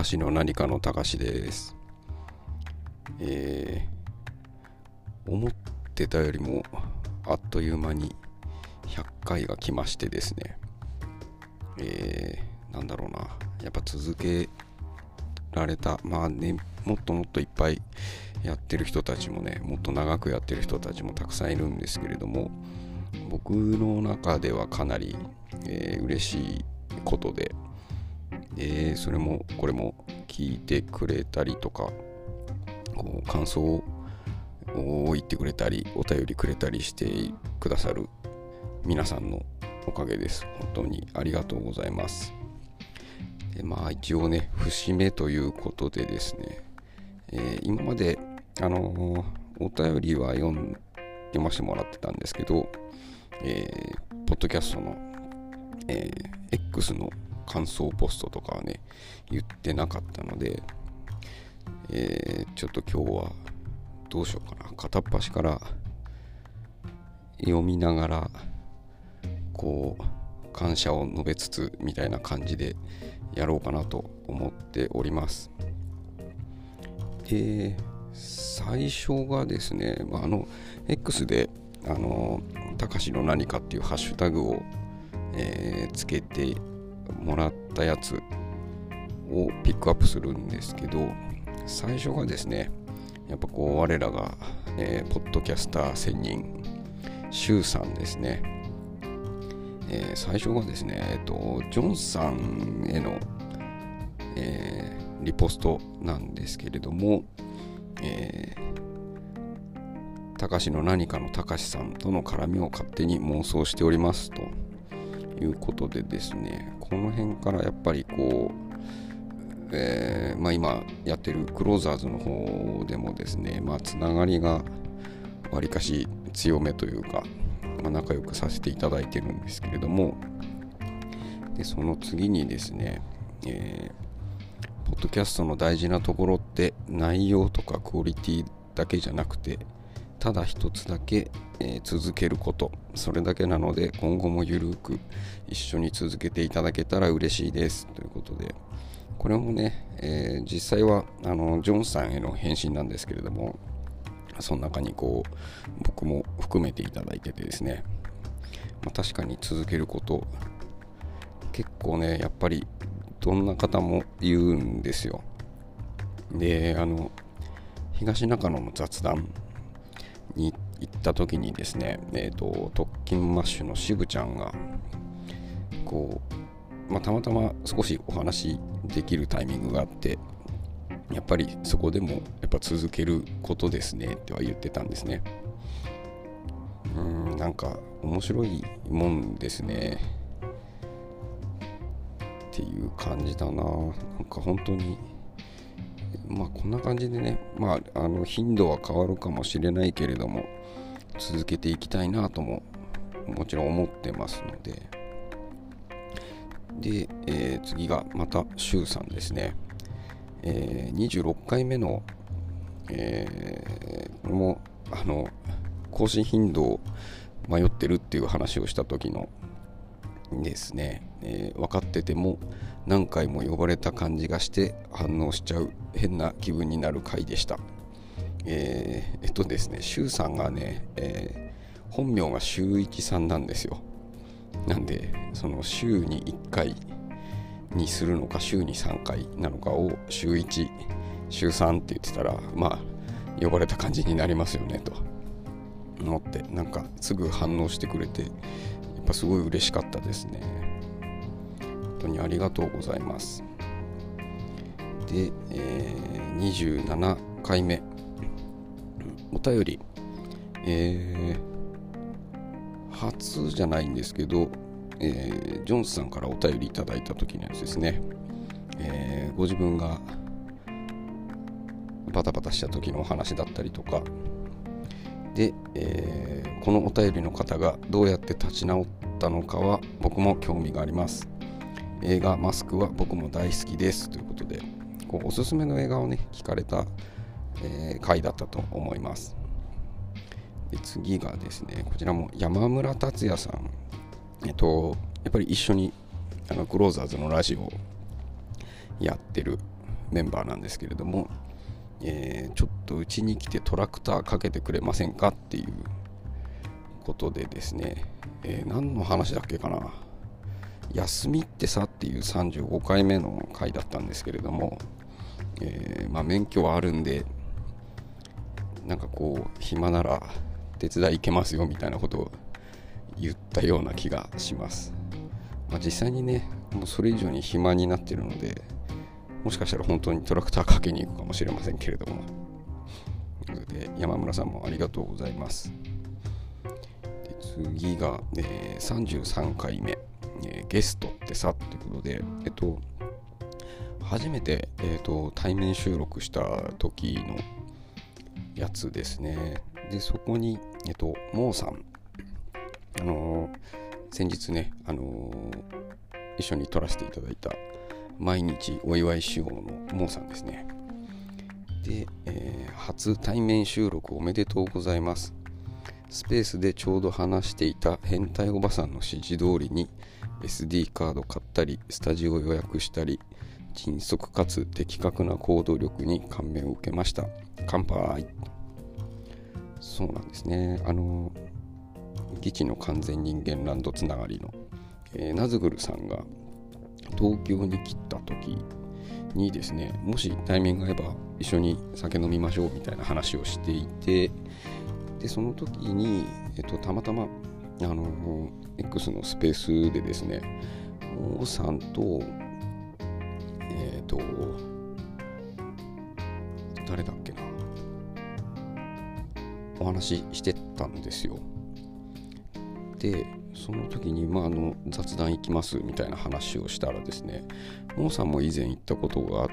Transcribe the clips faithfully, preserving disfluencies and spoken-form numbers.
かしの何かのたかしです。えー、思ってたよりもあっという間にひゃっかいが来ましてですね、えー、なんだろうな、やっぱ続けられた、まあね、もっともっといっぱいやってる人たちもね、もっと長くやってる人たちもたくさんいるんですけれども、僕の中ではかなり、えー、嬉しいことで、でそれもこれも聞いてくれたりとか、こう感想を言ってくれたり、お便りくれたりしてくださる皆さんのおかげです。本当にありがとうございます。でまあ一応ね、節目ということでですね、えー、今まであのー、お便りは読ん読ませてもらってたんですけど、えー、ポッドキャストの、えー、X の感想ポストとかはね言ってなかったので、えー、ちょっと今日はどうしようかな、片っ端から読みながらこう感謝を述べつつみたいな感じでやろうかなと思っております。で最初がですね、まあ、あの X であのたかしの何かっていうハッシュタグを、えー、つけてもらったやつをピックアップするんですけど、最初がですね、やっぱこう我らが、えー、ポッドキャスター専任シュウさんですね、えー、最初がですね、えっとジョンさんへの、えー、リポストなんですけれども、えー、たかしの何かのたかしさんとの絡みを勝手に妄想しておりますということでですね、この辺からやっぱりこう、えーまあ、今やってるクローザーズの方でもですね、まあ、つながりがわりかし強めというか、まあ、仲良くさせていただいてるんですけれども、でその次にですね、えー、ポッドキャストの大事なところって内容とかクオリティだけじゃなくて、ただ一つだけ、えー、続けること、それだけなので今後もゆるく一緒に続けていただけたら嬉しいですということで、これもね、えー、実際はあのジョンさんへの返信なんですけれども、その中にこう僕も含めていただいててですね、まあ、確かに続けること結構ね、やっぱりどんな方も言うんですよ。で、あの東中野の雑談に行った時にですね、えーと、特勤マッシュのしぶちゃんがこう、まあ、たまたま少しお話できるタイミングがあって、やっぱりそこでもやっぱ続けることですねっては言ってたんですね。うーん、なんか面白いもんですねっていう感じだな。なんか本当にまあこんな感じでね、まああの頻度は変わるかもしれないけれども続けていきたいなとももちろん思ってますので、で、えー、次がまたシュウさんですね。えー、にじゅうろっかいめの、えー、これもあの更新頻度を迷ってるっていう話をした時のですね、えー、分かってても何回も呼ばれた感じがして反応しちゃう変な気分になる回でした。えー、えっとですね、シュウさんがね、えー、本名が週一さんなんですよ。なんでその週にいっかいにするのか週にさんかいなのかを週いち、週さんって言ってたら、まあ呼ばれた感じになりますよねと思って、なんかすぐ反応してくれてやっぱすごい嬉しかったですね。本当にありがとうございます。で、えー、にじゅうななかいめお便り、えー、初じゃないんですけど、えー、ジョンスさんからお便りいただいた時のやつですね。えー、ご自分がバタバタした時のお話だったりとかで、えー、このお便りの方がどうやって立ち直ったのかは僕も興味があります。映画マスクは僕も大好きですということで、こうおすすめの映画をね聞かれた、えー、回だったと思います。で次がですね、こちらも山村達也さん、えっとやっぱり一緒にあのクローザーズのラジオをやってる、 メンバーなんですけれども、えー、ちょっとうちに来てトラクターかけてくれませんかっていうことでですね、えー、何の話だっけかな、休みってさっていうさんじゅうごかいめの回だったんですけれども、えーまあ、免許はあるんでなんかこう暇なら手伝い行けますよみたいなことを言ったような気がします。まあ、実際にねもうそれ以上に暇になっているので、もしかしたら本当にトラクターかけに行くかもしれませんけれども、なので山村さんもありがとうございます。で次が、えー、さんじゅうさんかいめ、えー、ゲストってさってことで、えっと初めて、えー、と対面収録した時のやつですね。でそこに、えっと、モーさん、あのー、先日ね、あのー、一緒に撮らせていただいた毎日お祝いしようのモーさんですね。で、えー、初対面収録おめでとうございます。スペースでちょうど話していた変態おばさんの指示通りに エスディー カード買ったりスタジオ予約したり、迅速かつ的確な行動力に感銘を受けました。乾杯。そうなんですね。あのギチの完全人間ランドつながりの、えー、ナズグルさんが東京に来た時にですね、もしタイミングが合えば一緒に酒飲みましょうみたいな話をしていて、でその時に、えっと、たまたまあの X のスペースでですね、王さんとえっと誰だっけな、お話ししてたんですよ。でその時に、まあ、あの雑談行きますみたいな話をしたらですね、モーさんも以前行ったことがあって、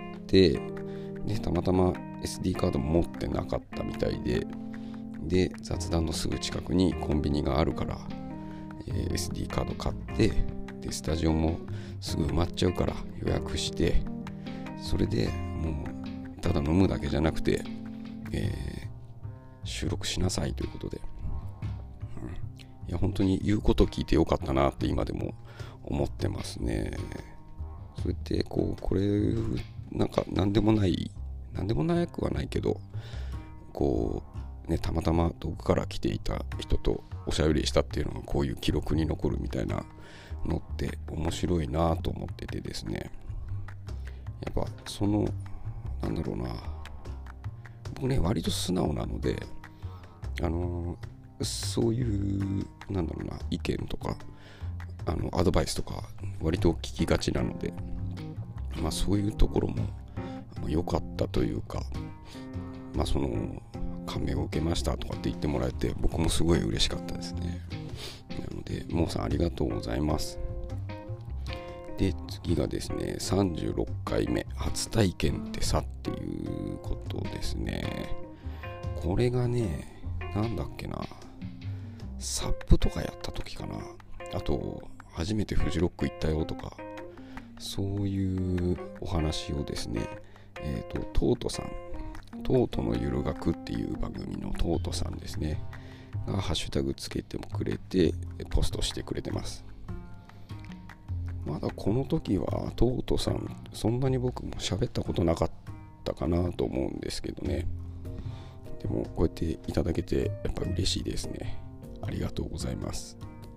でたまたま エスディー カードも持ってなかったみたいで、で雑談のすぐ近くにコンビニがあるから、えー、エスディー カード買って、でスタジオもすぐ埋まっちゃうから予約して、それでもうただ飲むだけじゃなくて、えー、収録しなさいということで、うん、いや本当に言うこと聞いてよかったなって今でも思ってますね。そうやってこうこれなんか何でもない何でもなくはないけど、こうねたまたま遠くから来ていた人とおしゃべりしたっていうのがこういう記録に残るみたいなのって面白いなと思っててですね、やっぱそのなんだろうな、僕ね割と素直なので、あのそういうなんだろうな意見とかあのアドバイスとか割と聞きがちなので、まあそういうところも良かったというか、まあその感銘を受けましたとかって言ってもらえて僕もすごい嬉しかったですね。なのでモーさんありがとうございます。で次がですねさんじゅうろっかいめ初体験ってさっていうことですね。これがねなんだっけな、サップとかやった時かな、あと初めてフジロック行ったよとか、そういうお話をですね、えーとトートさん、トートのゆる学っていう番組のトートさんですねがハッシュタグつけてもくれてポストしてくれてます。まだこの時はトートさんそんなに僕も喋ったことなかったかなと思うんですけどね、でもこうやっていただけてやっぱ嬉しいですね。ありがとうございます。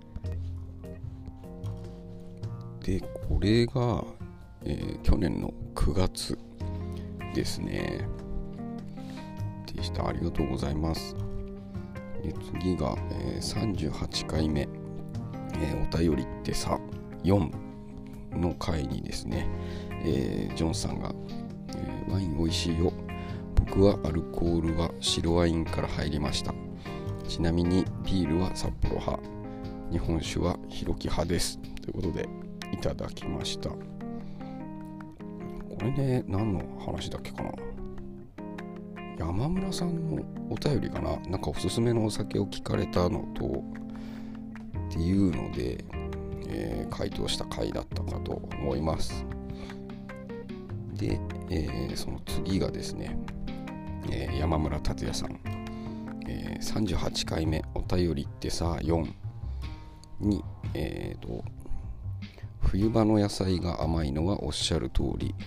でこれが、えー、去年のくがつですねでした。ありがとうございます。で次が、えー、さんじゅうはちかいめ、えー、お便りってさよんの回にですね、えー、ジョンさんが、えー、ワイン美味しいよ、僕はアルコールは白ワインから入りました、ちなみにビールは札幌派、日本酒はひろき派ですということでいただきました。これね何の話だっけかな、山村さんのお便りかな、なんかおすすめのお酒を聞かれたのとっていうので、えー、回答した回だったかと思います。で、えー、その次がですね、えー、山村達也さん、えー、さんじゅうはちかいめお便りってさよんに、えーと冬場の野菜が甘いのはおっしゃる通り、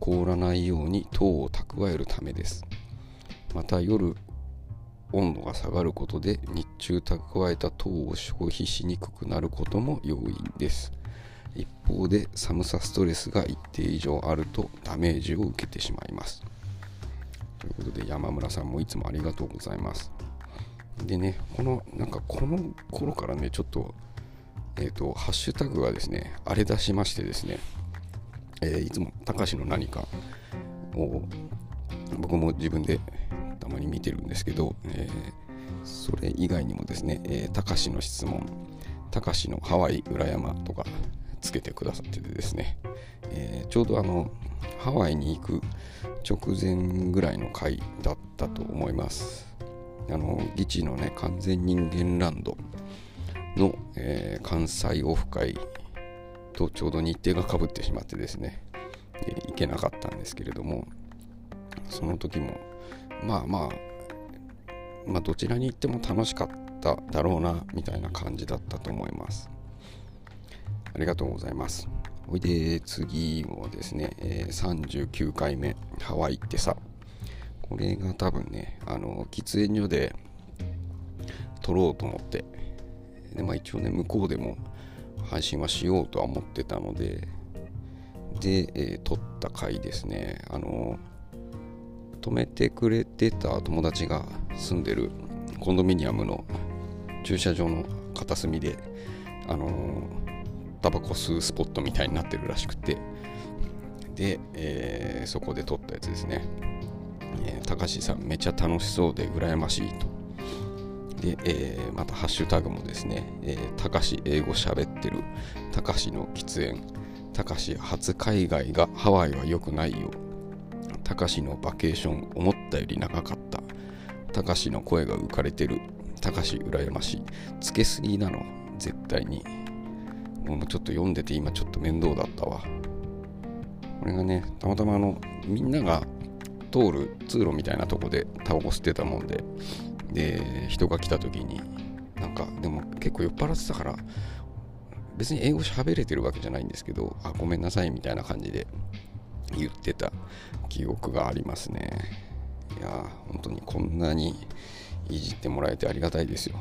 凍らないように糖を蓄えるためです。また夜温度が下がることで日中蓄えた糖を消費しにくくなることも要因です。一方で寒さストレスが一定以上あるとダメージを受けてしまいます。ということで山村さんもいつもありがとうございます。でね、このなんかこの頃からねちょっとえっとハッシュタグがですね荒れ出しましてですね、えー、いつもたかしの何かを僕も自分でたまに見てるんですけど、えー、それ以外にもですね、えー、たかしの質問、たかしのハワイ裏山とかつけてくださっててですね、えー、ちょうどあのハワイに行く直前ぐらいの回だったと思います。あのギチのね完全人間ランドの、えー、関西オフ会とちょうど日程がかぶってしまってですね、えー、行けなかったんですけれども、その時もまあまあまあどちらに行っても楽しかっただろうなみたいな感じだったと思います。ありがとうございます。おいで次もですね、えー、さんじゅうきゅうかいめハワイってさ、これが多分ねあの喫煙所で撮ろうと思ってで、まあ、一応ね向こうでも配信はしようとは思ってたのでで、えー、撮った回ですね。あの泊めてくれてた友達が住んでるコンドミニアムの駐車場の片隅であのータバコ吸うスポットみたいになってるらしくて、で、えー、そこで撮ったやつですね。えー、たかしさんめちゃ楽しそうで羨ましいと。で、えー、またハッシュタグもですね、えー、たかし英語喋ってる、たかしの喫煙、たかし初海外がハワイは良くないよ、たかしのバケーション思ったより長かった、たかしの声が浮かれてる、たかし羨ましい、つけすぎなの絶対に。もうちょっと読んでて今ちょっと面倒だったわ。これがねたまたまあのみんなが通る通路みたいなとこでタバコ吸ってたもんで、で人が来た時になんかでも結構酔っ払ってたから別に英語喋れてるわけじゃないんですけど、あごめんなさいみたいな感じで言ってた記憶がありますね。いや本当にこんなにいじってもらえてありがたいですよ。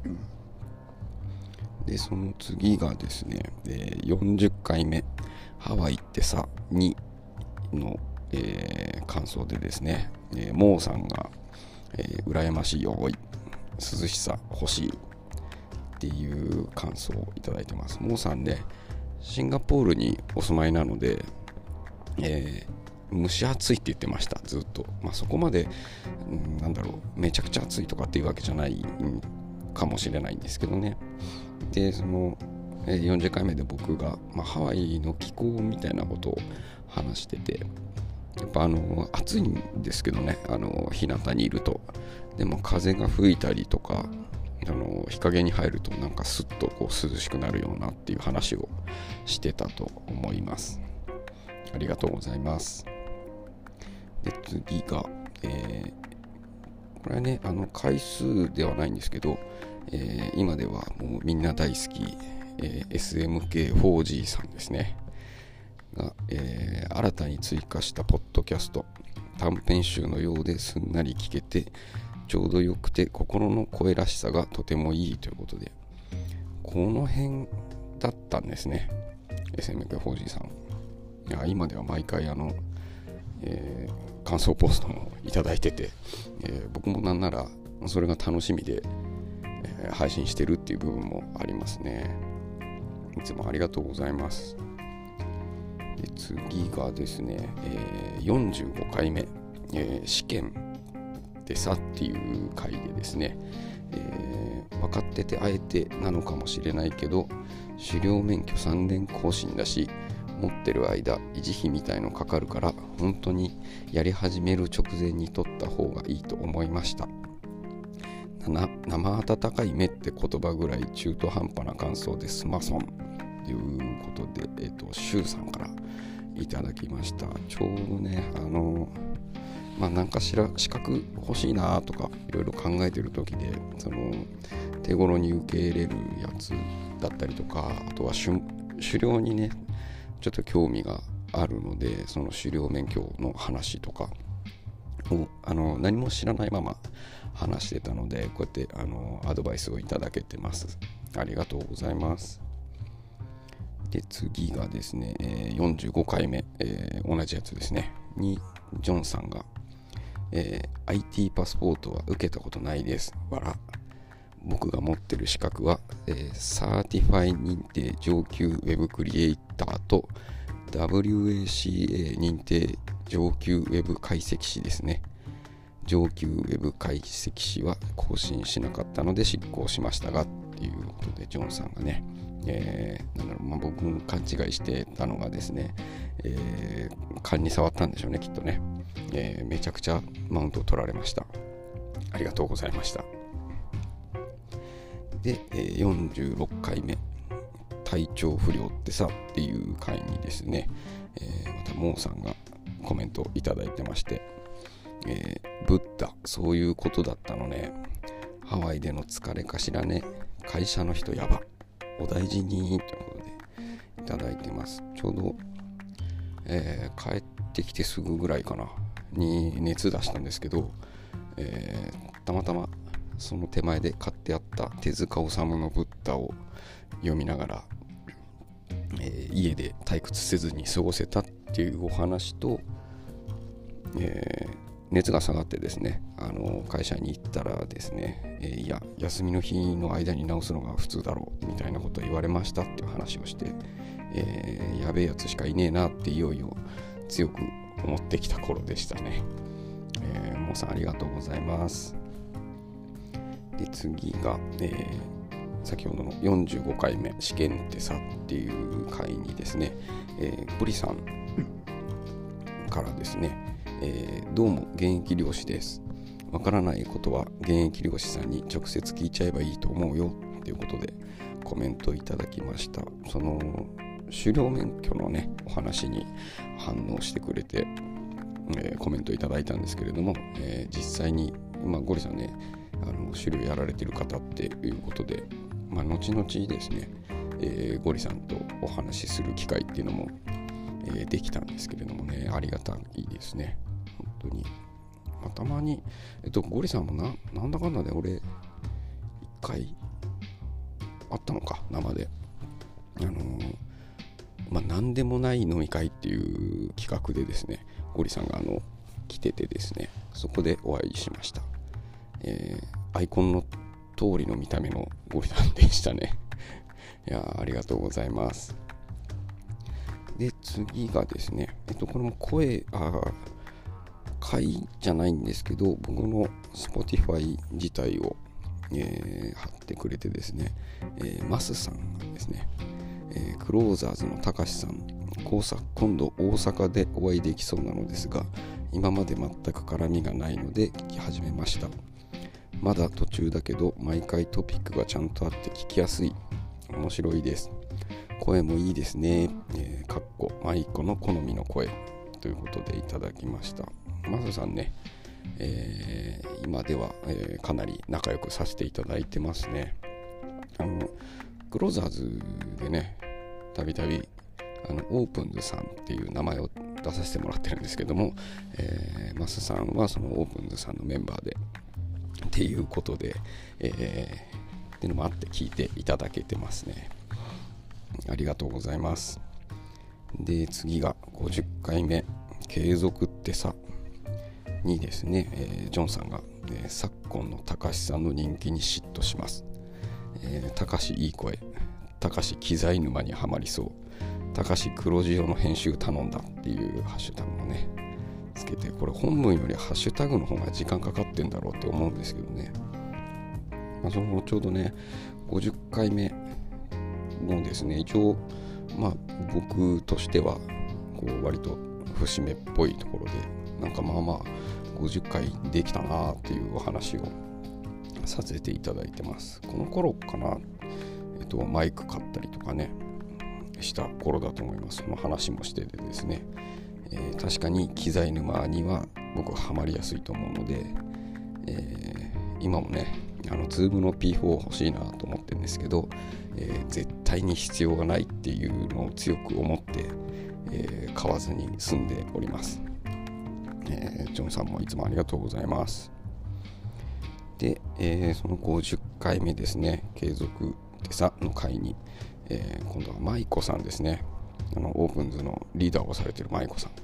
でその次がですね、えー、よんじゅっかいめハワイってさにの、えー、感想でですね、えー、モーさんが、えー、羨ましいよおい涼しさ欲しいっていう感想をいただいてます。モーさんねシンガポールにお住まいなので、えー、蒸し暑いって言ってましたずっと。まあそこまで、うん、なんだろうめちゃくちゃ暑いとかっていうわけじゃない、うんかもしれないんですけどね。でそのよんじゅっかいめで僕が、まあ、ハワイの気候みたいなことを話してて、やっぱあの暑いんですけどね、あの日向にいると。でも風が吹いたりとかあの日陰に入るとなんかスッとこう涼しくなるようなっていう話をしてたと思います。ありがとうございます。で次が、えーこれはねあの回数ではないんですけど、えー、今ではもうみんな大好き、えー、エスエムケーフォージー さんですねが、えー、新たに追加したポッドキャスト短編集のようですんなり聞けてちょうどよくて心の声らしさがとてもいいということで、この辺だったんですね エスエムケーフォージー さん。いや今では毎回あの、えー感想ポストもいただいてて、えー、僕もなんならそれが楽しみで、えー、配信してるっていう部分もありますね。いつもありがとうございます。で次がですね、えー、よんじゅうごかいめ、えー、試験でさっていう回でですね、えー、分かっててあえてなのかもしれないけど狩猟免許さんねん更新だし持ってる間維持費みたいのかかるから本当にやり始める直前に取った方がいいと思いました。な生温かい目って言葉ぐらい中途半端な感想ですまそんということで、えっとシュウさんからいただきました。ちょうどねあのまあ何かしら資格欲しいなとかいろいろ考えてる時で、その手頃に受け入れるやつだったりとか、あとは狩猟にねちょっと興味があるので、その狩猟免許の話とかをあの何も知らないまま話してたので、こうやってあのアドバイスをいただけてます。ありがとうございます。で次がですね、えー、よんじゅうごかいめ、えー、同じやつですねにジョンさんが、えー、アイティー パスポートは受けたことないです。わら。僕が持ってる資格は、えー、サーティファイ認定上級ウェブクリエイターと ダブリューエーシーエー 認定上級ウェブ解析士ですね。上級ウェブ解析士は更新しなかったので失効しましたがっていうことで、ジョンさんがね、えー、なんだろう、まあ、僕も勘違いしてたのがですね、えー、勘に触ったんでしょうね、きっとね、えー、めちゃくちゃマウントを取られました。ありがとうございました。で、えー、よんじゅうろっかいめ体調不良ってさっていう回にですね、えー、またモーさんがコメントをいただいてまして、えー、ブッダそういうことだったのね、ハワイでの疲れかしらね、会社の人やば、お大事にということでいただいてます。ちょうど、えー、帰ってきてすぐぐらいかなに熱出したんですけど、えー、たまたまその手前で買ってあった手塚治虫のブッダを読みながら、えー、家で退屈せずに過ごせたっていうお話と、えー、熱が下がってですね、あの会社に行ったらですね、えー、いや休みの日の間に治すのが普通だろうみたいなことを言われましたっていう話をして、えー、やべえやつしかいねえなっていよいよ強く思ってきた頃でしたね。えー、もうさんありがとうございます。で次が、えー、先ほどのよんじゅうごかいめ試験ってさっていう回にですね、えー、ブリさんからですね、えー、どうも現役漁師です。わからないことは現役漁師さんに直接聞いちゃえばいいと思うよということでコメントいただきました。その狩猟免許のねお話に反応してくれて、えー、コメントいただいたんですけれども、えー、実際に今ゴリさんねあの狩猟やられてる方っていうことで、まあ、後々ですね、えー、ゴリさんとお話しする機会っていうのも、えー、できたんですけれどもね、ありがたいですね本当に。まあ、たまに、えっと、ゴリさんも な, なんだかんだで俺一回あったのか生で、あのー、まあ何でもない飲み会っていう企画でですね、ゴリさんがあの来ててですね、そこでお会いしました。えー、アイコンの通りの見た目のゴリさんでしたねいやありがとうございます。で次がですね、えっとこれも声あ回じゃないんですけど、僕の Spotify 自体を、えー、貼ってくれてですね、えー、マスさんがですね、えー、クローザーズのたかしさん、今度大阪でお会いできそうなのですが、今まで全く絡みがないので聞き始めました。まだ途中だけど毎回トピックがちゃんとあって聞きやすい、面白いです。声もいいですね、えー、かっこマイコの好みの声ということでいただきました。マサさんね、えー、今では、えー、かなり仲良くさせていただいてますね。あのクローザーズでねたびたびあのオープンズさんっていう名前を出させてもらってるんですけども、えー、マスさんはそのオープンズさんのメンバーでっていうことで、えー、っていうのもあって聞いていただけてますね。ありがとうございます。で次がごじゅっかいめ継続ってさにですね、えー、ジョンさんが、えー、昨今のたかしさんの人気に嫉妬します。たかしいい声、たかし機材沼にはまりそう、たかし黒字用の編集頼んだっていうハッシュタグもねつけて、これ本文よりハッシュタグの方が時間かかってんだろうって思うんですけどね、まあ、そのちょうどねごじゅっかいめのですね、一応まあ僕としてはこう割と節目っぽいところで、なんかまあまあごじゅっかいできたなっていうお話をさせていただいてます。この頃かな、えっとマイク買ったりとかねした頃だと思います。その話もしててですね、えー、確かに機材沼には僕はハマりやすいと思うので、えー、今もねあの Zoom の ピーフォー 欲しいなと思ってるんですけど、えー、絶対に必要がないっていうのを強く思って、 えー、買わずに済んでおります。えー、ジョンさんもいつもありがとうございます。で、えー、そのごじゅっかいめですね、継続でさの会に、えー、今度は舞子さんですね、あのオープンズのリーダーをされている舞子さんから、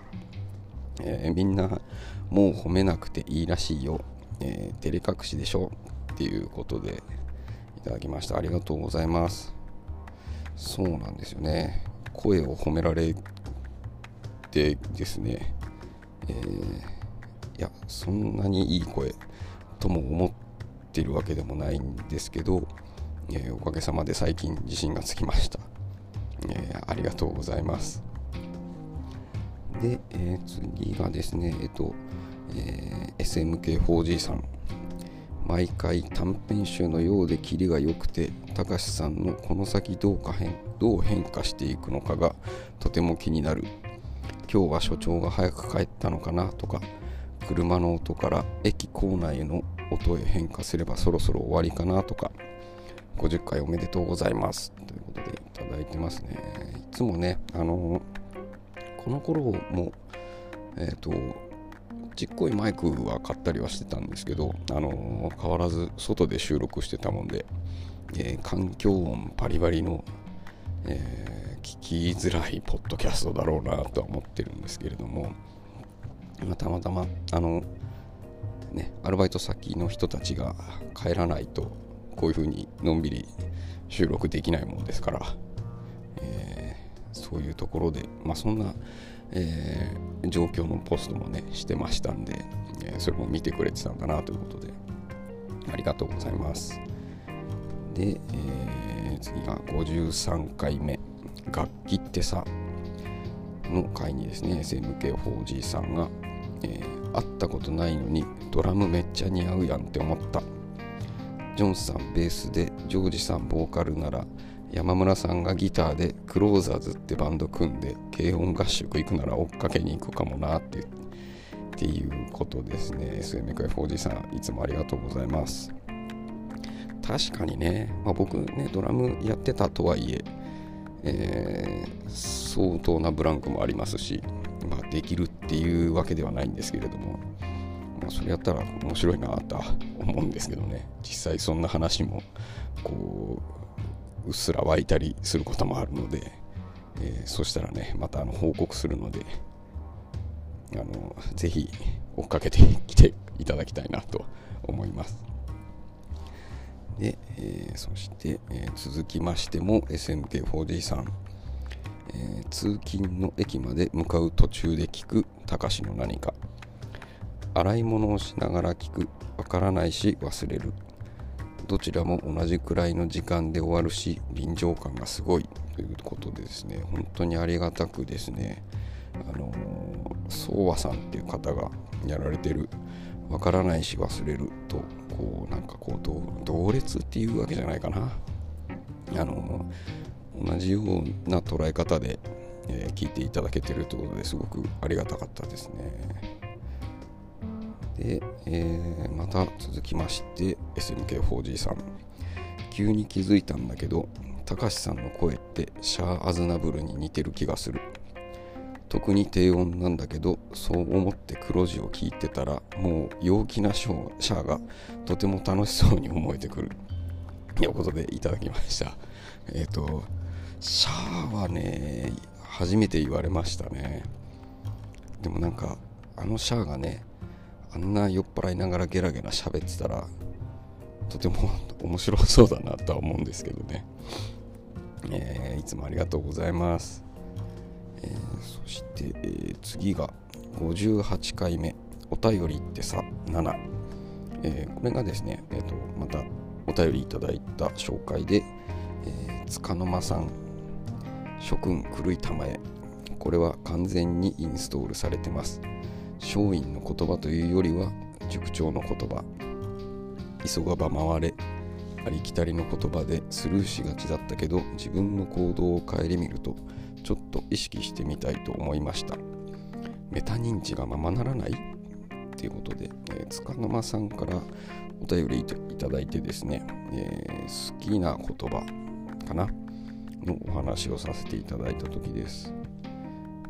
えー、みんなもう褒めなくていいらしいよ、えー、照れ隠しでしょっていうことでいただきました。ありがとうございます。そうなんですよね、声を褒められてですね、えー、いやそんなにいい声とも思っているわけでもないんですけど、えー、おかげさまで最近自信がつきました。えー、ありがとうございます。で、えー、次がですね、えっと、えー、エスエムケーフォージー さん、毎回短編集のようでキリが良くて、たかしさんのこの先どうか変どう変化していくのかがとても気になる。今日は所長が早く帰ったのかなとか、車の音から駅構内の音へ変化すればそろそろ終わりかなとか、ごじゅっかいおめでとうございますということでいただいてますね。いつもね、あのこの頃もえっとちっこいマイクは買ったりはしてたんですけど、あの変わらず外で収録してたもんで、えー、環境音パリバリの、えー、聞きづらいポッドキャストだろうなとは思ってるんですけれども、まあ、たまたまあのねアルバイト先の人たちが帰らないとこういう風にのんびり収録できないものですから、えー、そういうところで、まあ、そんな、えー、状況のポストもねしてましたんで、えー、それも見てくれてたんだなということでありがとうございます。で、えー、次がごじゅうさんかいめ楽器ってさの回にですね、 エスエムケーフォージー さんが、えー、会ったことないのにドラムめっちゃ似合うやんって思った。ジョンさんベースでジョージさんボーカルなら山村さんがギターでクローザーズってバンド組んで軽音合宿行くなら追っかけに行くかもなってっていうことですね。 エスエムケーフォージー さんいつもありがとうございます。確かにね、まあ、僕ねドラムやってたとはいええー、相当なブランクもありますし、まあ、できるっていうわけではないんですけれども、まあ、それやったら面白いなと思うんですけどね。実際そんな話もこううっすら湧いたりすることもあるので、えー、そしたらねまたあの報告するので、あのぜひ追っかけてきていただきたいなと思います。で、えー、そして、えー、続きましても エスエムケーフォージー さん、えー、通勤の駅まで向かう途中で聞くたかしの何か、洗い物をしながら聞く、わからないし忘れる、どちらも同じくらいの時間で終わるし臨場感がすごいということでですね、本当にありがたくですね、あのー、相和さんっていう方がやられてるわからないし忘れるとこうなんかこう 同, 同列っていうわけじゃないかな、あのー、同じような捉え方で、えー、聞いていただけてるということですごくありがたかったですね。で、えー、また続きまして エスエムケーフォージー さん、急に気づいたんだけどたかしさんの声ってシャア・アズナブルに似てる気がする。特に低音なんだけどそう思って黒字を聞いてたらもう陽気なシャアがとても楽しそうに思えてくるということでいただきました。えっとシャアはね初めて言われましたね。でもなんかあのシャアがねあんな酔っ払いながらゲラゲラ喋ってたらとても面白そうだなとは思うんですけどね、えー、いつもありがとうございます。えー、そして、えー、次がごじゅうはちかいめお便りってさなな、えー、これがですね、えーと、またお便りいただいた紹介で、えー、つかの間さん諸君狂いたまえ、これは完全にインストールされてます。松陰の言葉というよりは塾長の言葉、急がば回れありきたりの言葉でスルーしがちだったけど自分の行動を顧みるとちょっと意識してみたいと思いました。メタ認知がままならないということで、えー、つかの間さんからお便りいただいてですね、えー、好きな言葉かなのお話をさせていただいた時です。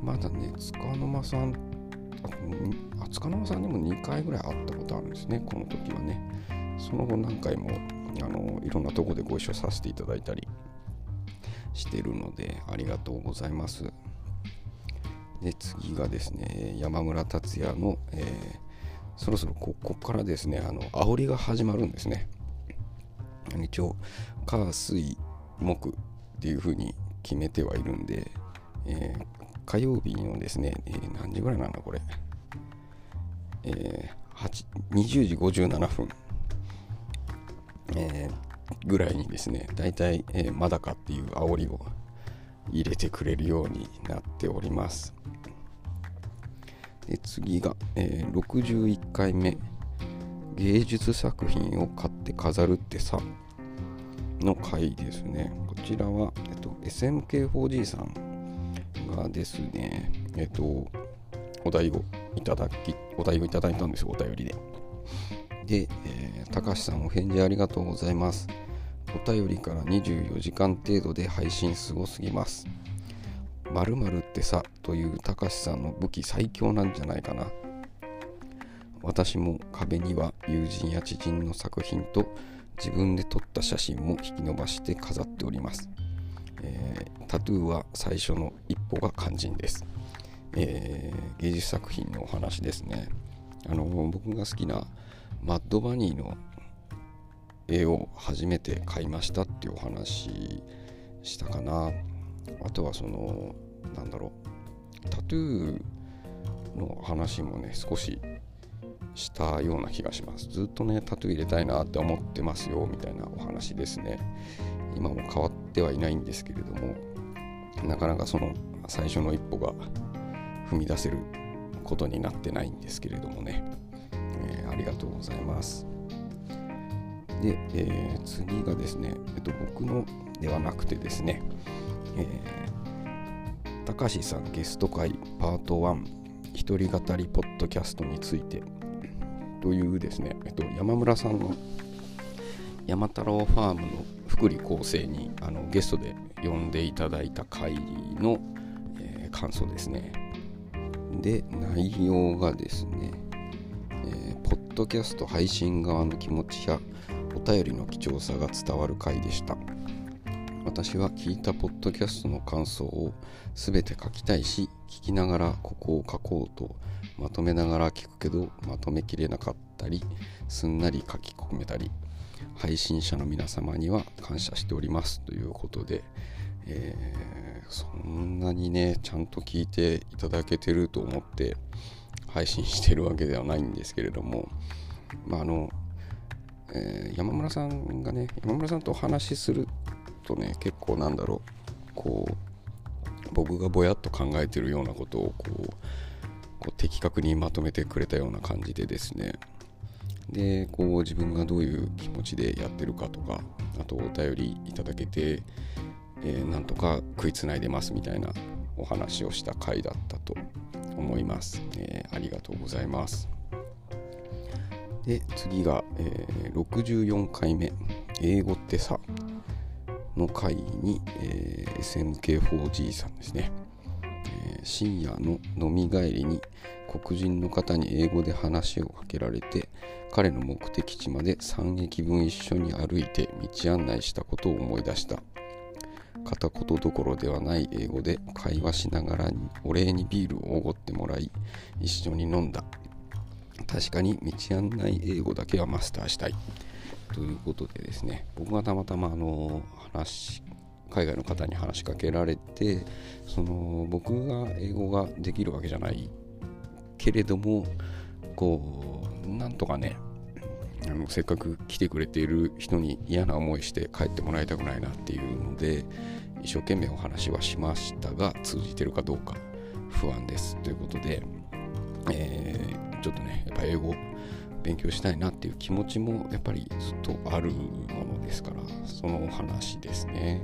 まだね塚の間さんあ塚の間さんにもにかいぐらい会ったことあるんですね、この時はね。その後何回もあのいろんなとこでご一緒させていただいたりしてるのでありがとうございます。で次がですね山村達也の、えー、そろそろここからですねあの煽りが始まるんですね。一応火水木っていう風に決めてはいるんで、えー、火曜日のですね、えー、何時ぐらいなんだこれ、えー、にじゅうじごじゅうななふん、えー、ぐらいにですねだいたい、えー、まだかっていう煽りを入れてくれるようになっております。で次が、えー、ろくじゅういっかいめ芸術作品を買って飾るってさの回ですね。こちらは、えっと、エスエムケーフォージー さんがですね、えっと、お題をいただき、お題をいただいたんですよ、お便りで。で、えー、高橋さんお返事ありがとうございます。お便りからにじゅうよじかん程度で配信すごすぎます。〇〇ってさという高橋さんの武器最強なんじゃないかな。私も壁には友人や知人の作品と自分で撮った写真も引き伸ばして飾っております。えー、タトゥーは最初の一歩が肝心です。えー、芸術作品のお話ですね。あの僕が好きなマッドバニーの絵を初めて買いましたっていうお話したかな。あとはそのなんだろうタトゥーの話もね少ししたような気がします。ずっとねタトゥー入れたいなって思ってますよみたいなお話ですね。今も変わってはいないんですけれども、なかなかその最初の一歩が踏み出せることになってないんですけれどもね、えー、ありがとうございます。で、えー、次がですね、えっと、僕のではなくてですね、えー、高橋さんゲスト会パートワン一人語りポッドキャストについてというですね、えっと、山村さんの山太郎ファームの福利厚生にあのゲストで呼んでいただいた回の、えー、感想ですね。で内容がですね、えー、ポッドキャスト配信側の気持ちやお便りの貴重さが伝わる回でした。私は聞いたポッドキャストの感想をすべて書きたいし、聞きながらここを書こうとまとめながら聞くけどまとめきれなかったり、すんなり書き込めたり、配信者の皆様には感謝しておりますということで、えー、そんなにねちゃんと聞いていただけてると思って配信してるわけではないんですけれども、まああの、えー、山村さんがね山村さんとお話しするとね結構なんだろうこう僕がぼやっと考えてるようなことをこう、こう的確にまとめてくれたような感じでですね、でこう自分がどういう気持ちでやってるかとか、あとお便りいただけて、えー、なんとか食いつないでますみたいなお話をした回だったと思います、えー、ありがとうございます。で次が、えー、ろくじゅうよんかいめ英語ってさの回に、えー、エスエムケーフォージー さんですね、えー、深夜の飲み帰りに黒人の方に英語で話をかけられて、彼の目的地までさん駅分一緒に歩いて道案内したことを思い出した。片言どころではない英語で会話しながらお礼にビールをおごってもらい一緒に飲んだ。確かに道案内英語だけはマスターしたいということでですね、僕がたまたまあの話海外の方に話しかけられて、その僕が英語ができるわけじゃないけれども、こうなんとかねあのせっかく来てくれている人に嫌な思いして帰ってもらいたくないなっていうので一生懸命お話はしましたが、通じてるかどうか不安ですということで、えー、ちょっとねやっぱ英語勉強したいなっていう気持ちもやっぱりずっとあるものですから、そのお話ですね。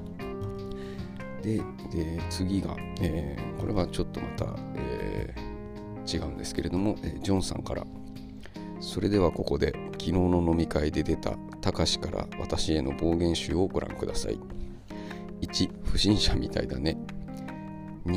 で、で次が、えー、これはちょっとまた、えー、違うんですけれども、えー、ジョンさんから、それではここで昨日の飲み会で出たたかしから私への暴言集をご覧ください。いち、不審者みたいだね。に、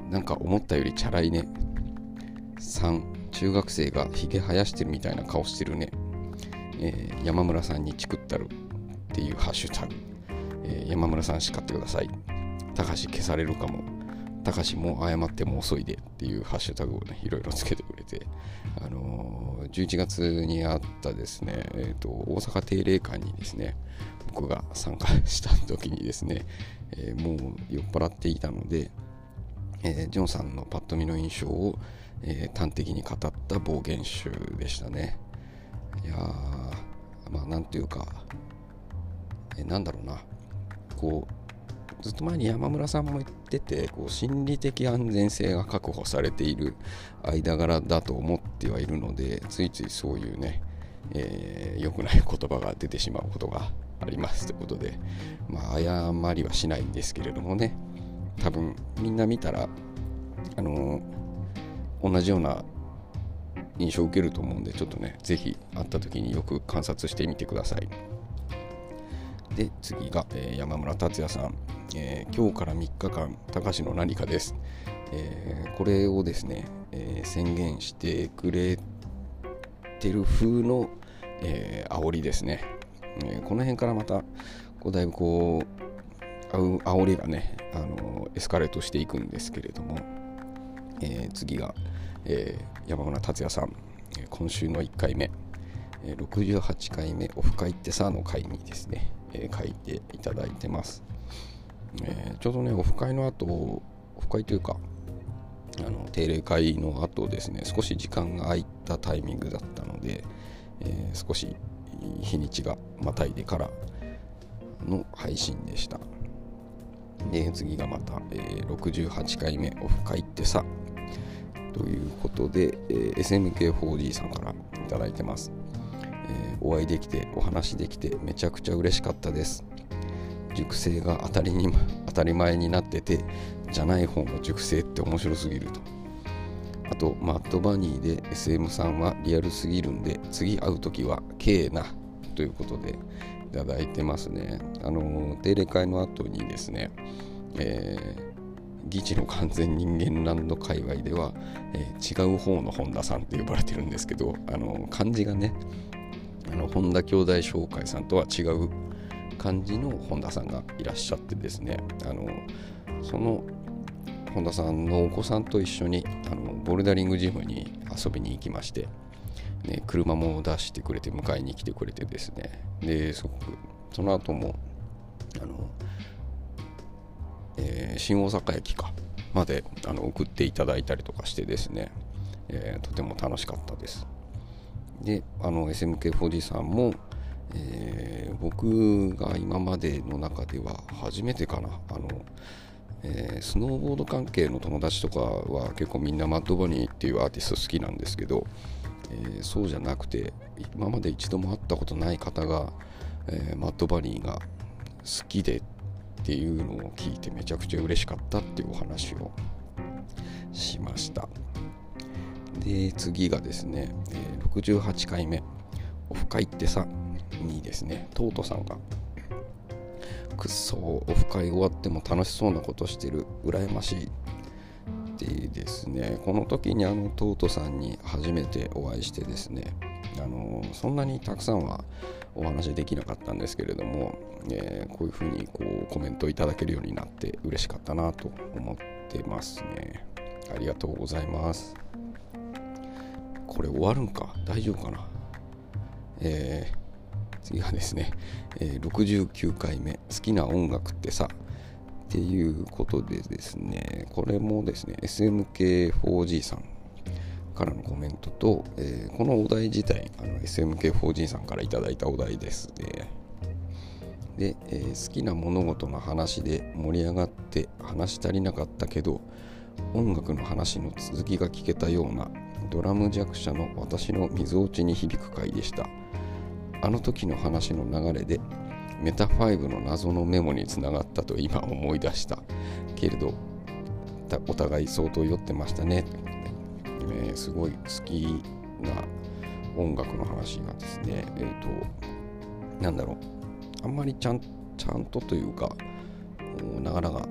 なんか思ったよりチャラいね。さん、中学生がひげ生やしてるみたいな顔してるね。えー、山村さんにチクったるっていうハッシュタグ、えー、山村さん叱ってください。たかし消されるかも。たかしもう謝っても遅いでっていうハッシュタグをね、いろいろつけてくれて、あのー、じゅういちがつにあったですね、えーと、大阪定例会にですね、僕が参加した時にですね、えー、もう酔っ払っていたので、えー、ジョンさんのパッと見の印象を、えー、端的に語った暴言集でしたね。いやー、まあなんていうか、えー、なんだろうな、こうずっと前に山村さんも言ってて、こう心理的安全性が確保されている間柄だと思ってはいるので、ついついそういうね、えー、良くない言葉が出てしまうことがありますということで、まあ謝りはしないんですけれどもね、多分みんな見たらあのー、同じような印象を受けると思うんで、ちょっとねぜひ会った時によく観察してみてください。で次が、えー、山村達也さん、えー、今日からみっかかんたかしの何かです、えー、これをですね、えー、宣言してくれてる風の、えー、煽りですね、えー、この辺からまたこうだいぶこう煽りがね、あのー、エスカレートしていくんですけれども、えー、次が、えー、山村達也さん、今週のいっかいめ、ろくじゅうはちかいめオフ会ってさの会にですね、えー、書いていただいてます、えー、ちょうどねオフ会の後オフ会というかあの定例会の後ですね、少し時間が空いたタイミングだったので、えー、少し日にちがまたいでからの配信でした。で次がまた、えー、ろくじゅうはちかいめオフ会ってさということで、えー、エスエムケーフォージー さんからいただいてます。えー、お会いできてお話できてめちゃくちゃ嬉しかったです。熟成が当たりに当たり前になってて、じゃない方の熟成って面白すぎると。あとマッドバニーで エスエム さんはリアルすぎるんで、次会うときは K なということでいただいてますね。あの定例会の後にですね、えー、議事の完全人間ランド界隈では、えー、違う方の本田さんって呼ばれてるんですけど、あの漢字がね、あの本田兄弟紹介さんとは違う感じの本田さんがいらっしゃってですね、あのその本田さんのお子さんと一緒にあのボルダリングジムに遊びに行きまして、ね、車も出してくれて迎えに来てくれてですね、ですごくその後もあの、えー、新大阪駅かまであの送っていただいたりとかしてですね、えー、とても楽しかったです。であの エスエムケーフォージー さんも、えー、僕が今までの中では初めてかな、あの、えー、スノーボード関係の友達とかは結構みんなマッドバニーっていうアーティスト好きなんですけど、えー、そうじゃなくて今まで一度も会ったことない方が、えー、マッドバニーが好きでっていうのを聞いてめちゃくちゃ嬉しかったっていうお話をしました。で次がですね、えー、ろくじゅうはちかいめオフ会ってさにですね、トートさんがくっそオフ会終わっても楽しそうなことしてる、羨ましいでですね、この時にあのトートさんに初めてお会いしてですね、あのそんなにたくさんはお話できなかったんですけれども、えー、こういうふうにこうコメントいただけるようになって嬉しかったなと思ってますね。ありがとうございます。これ終わるんか、大丈夫かな。えー、次がですね、えー、ろくじゅうきゅうかいめ好きな音楽ってさっていうことでですね、これもですね エスエムケーフォージー さんからのコメントと、えー、このお題自体あの エスエムケーフォージー さんからいただいたお題ですね。で、えー、好きな物事の話で盛り上がって話し足りなかったけど音楽の話の続きが聞けたようなドラム弱者の私のみぞおちに響く回でした。あの時の話の流れでメタファイブの謎のメモにつながったと今思い出したけれどお互い相当酔ってましたね、えー、すごい好きな音楽の話がですね、えーとなんだろう、あんまりちゃんちゃんとというかなかなか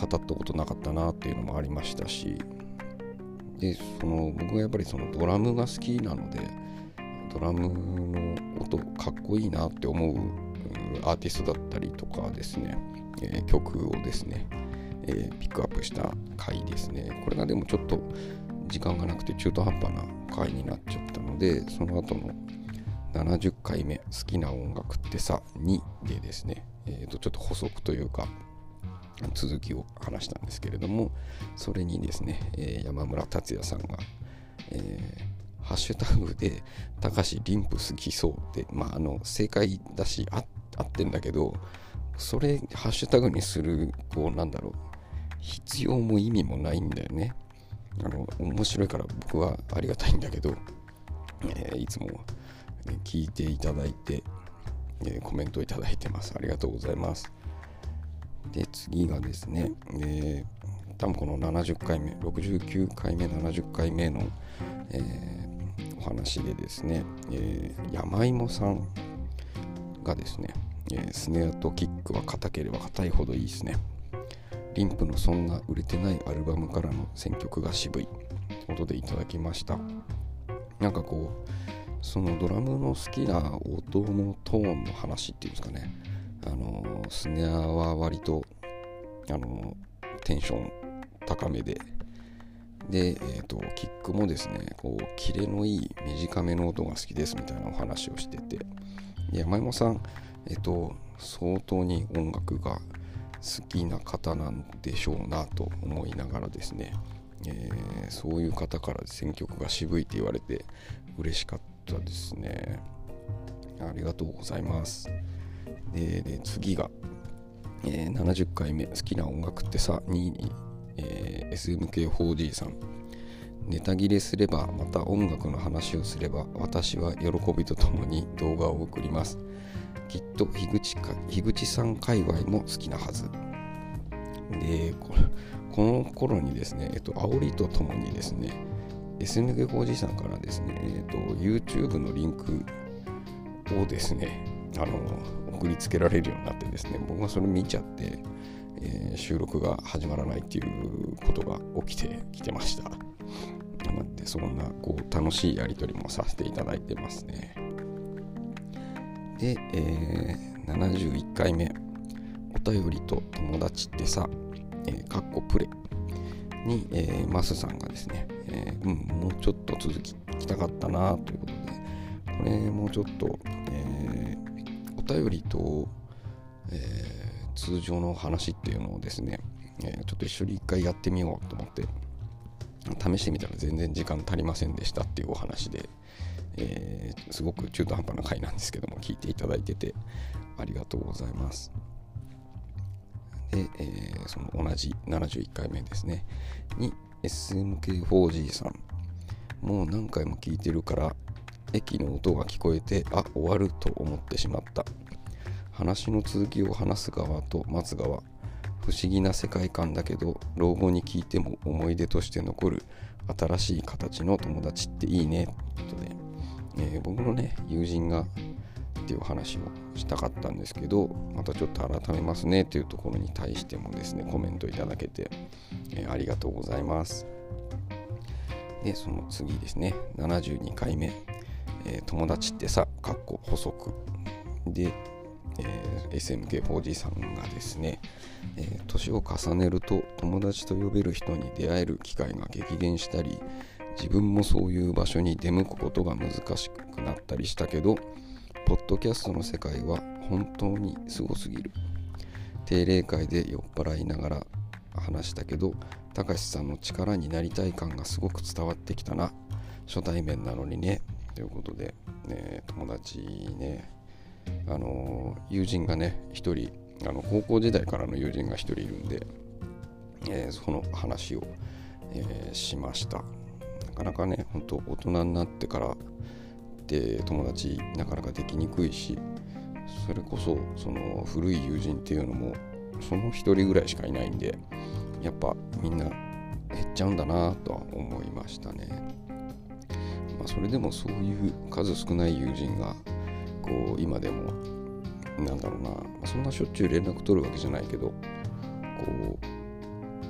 語ったことなかったなっていうのもありましたし、でその僕がやっぱりそのドラムが好きなので、ドラムの音かっこいいなって思うアーティストだったりとかですね、えー、曲をですね、えー、ピックアップした回ですね。これがでもちょっと時間がなくて中途半端な回になっちゃったので、その後のななじゅっかいめ好きな音楽ってさにでですね、えー、とちょっと補足というか続きを話したんですけれども、それにですね、えー、山村達也さんが、えー、ハッシュタグでたかしリンプ好きそうって、まああの正解だしあ合ってんだけど、それハッシュタグにするこうなんだろう必要も意味もないんだよね。あの面白いから僕はありがたいんだけど、えー、いつも聞いていただいて、えー、コメントいただいてます。ありがとうございます。で次がですね、えー、多分このななじゅっかいめろくじゅうきゅうかいめななじゅっかいめの、えー、お話でですね、えー、山芋さんがですね、えー、スネアとキックは硬ければ硬いほどいいですね。リンプのそんな売れてないアルバムからの選曲が渋いことでいただきました。なんかこうそのドラムの好きな音のトーンの話っていうんですかね、あのスネアは割とあのテンション高めでで、えーと、キックもですねこうキレのいい短めの音が好きですみたいなお話をしてて、山芋さん、えーと、相当に音楽が好きな方なんでしょうなと思いながらですね、えー、そういう方から選曲が渋いって言われて嬉しかったですね。ありがとうございます。で、で次が、えー、ななじゅっかいめ好きな音楽ってさにいに、えー、エスエムケーフォージー さん、ネタ切れすればまた音楽の話をすれば私は喜びとともに動画を送ります。きっと樋口か樋口さん界隈も好きなはずで、こ, この頃にですね、えっと煽りとともにですね エスエムケーフォージー さんからですね、えっと YouTube のリンクをですねあの送りつけられるようになってですね、僕はそれ見ちゃって、えー、収録が始まらないっていうことが起きてきてました。なのでそんなこう楽しいやり取りもさせていただいてますね。で、えー、ななじゅういっかいめお便りと友達ってさ、えー、かっこプレに、えー、マスさんがですね、えー、うんもうちょっと続き聞きたかったなということで、これもうちょっと、えー、お便りと、えー、通常の話っていうのをですね、えー、ちょっと一緒に一回やってみようと思って試してみたら全然時間足りませんでしたっていうお話で、えー、すごく中途半端な回なんですけども聞いていただいててありがとうございます。で、えー、その同じななじゅういっかいめですねに エスエムケーフォージー さん、もう何回も聞いてるから駅の音が聞こえてあ終わると思ってしまった。話の続きを話す側と待つ側、不思議な世界観だけど老後に聞いても思い出として残る新しい形の友達っていいねということで、えー、僕のね友人がっていう話をしたかったんですけど、またちょっと改めますねというところに対してもですねコメントいただけて、えー、ありがとうございます。でその次ですねななじゅうにかいめ、えー、友達ってさかっこ補足で、えー、エスエムケーフォージー さんがですね、えー、年を重ねると友達と呼べる人に出会える機会が激減したり、自分もそういう場所に出向くことが難しくなったりしたけど、ポッドキャストの世界は本当にすごすぎる。定例会で酔っ払いながら話したけど、たかしさんの力になりたい感がすごく伝わってきたな。初対面なのにね。ということで、ね、友達ね、あの友人がね一人、あの高校時代からの友人が一人いるんで、えー、その話を、えー、しました。なかなかね本当大人になってからで友達なかなかできにくいし、それこそその古い友人っていうのもその一人ぐらいしかいないんで、やっぱみんな減っちゃうんだなとは思いましたね。まあ、それでもそういう数少ない友人がこう今でもなんだろうな、そんなしょっちゅう連絡取るわけじゃないけど、こう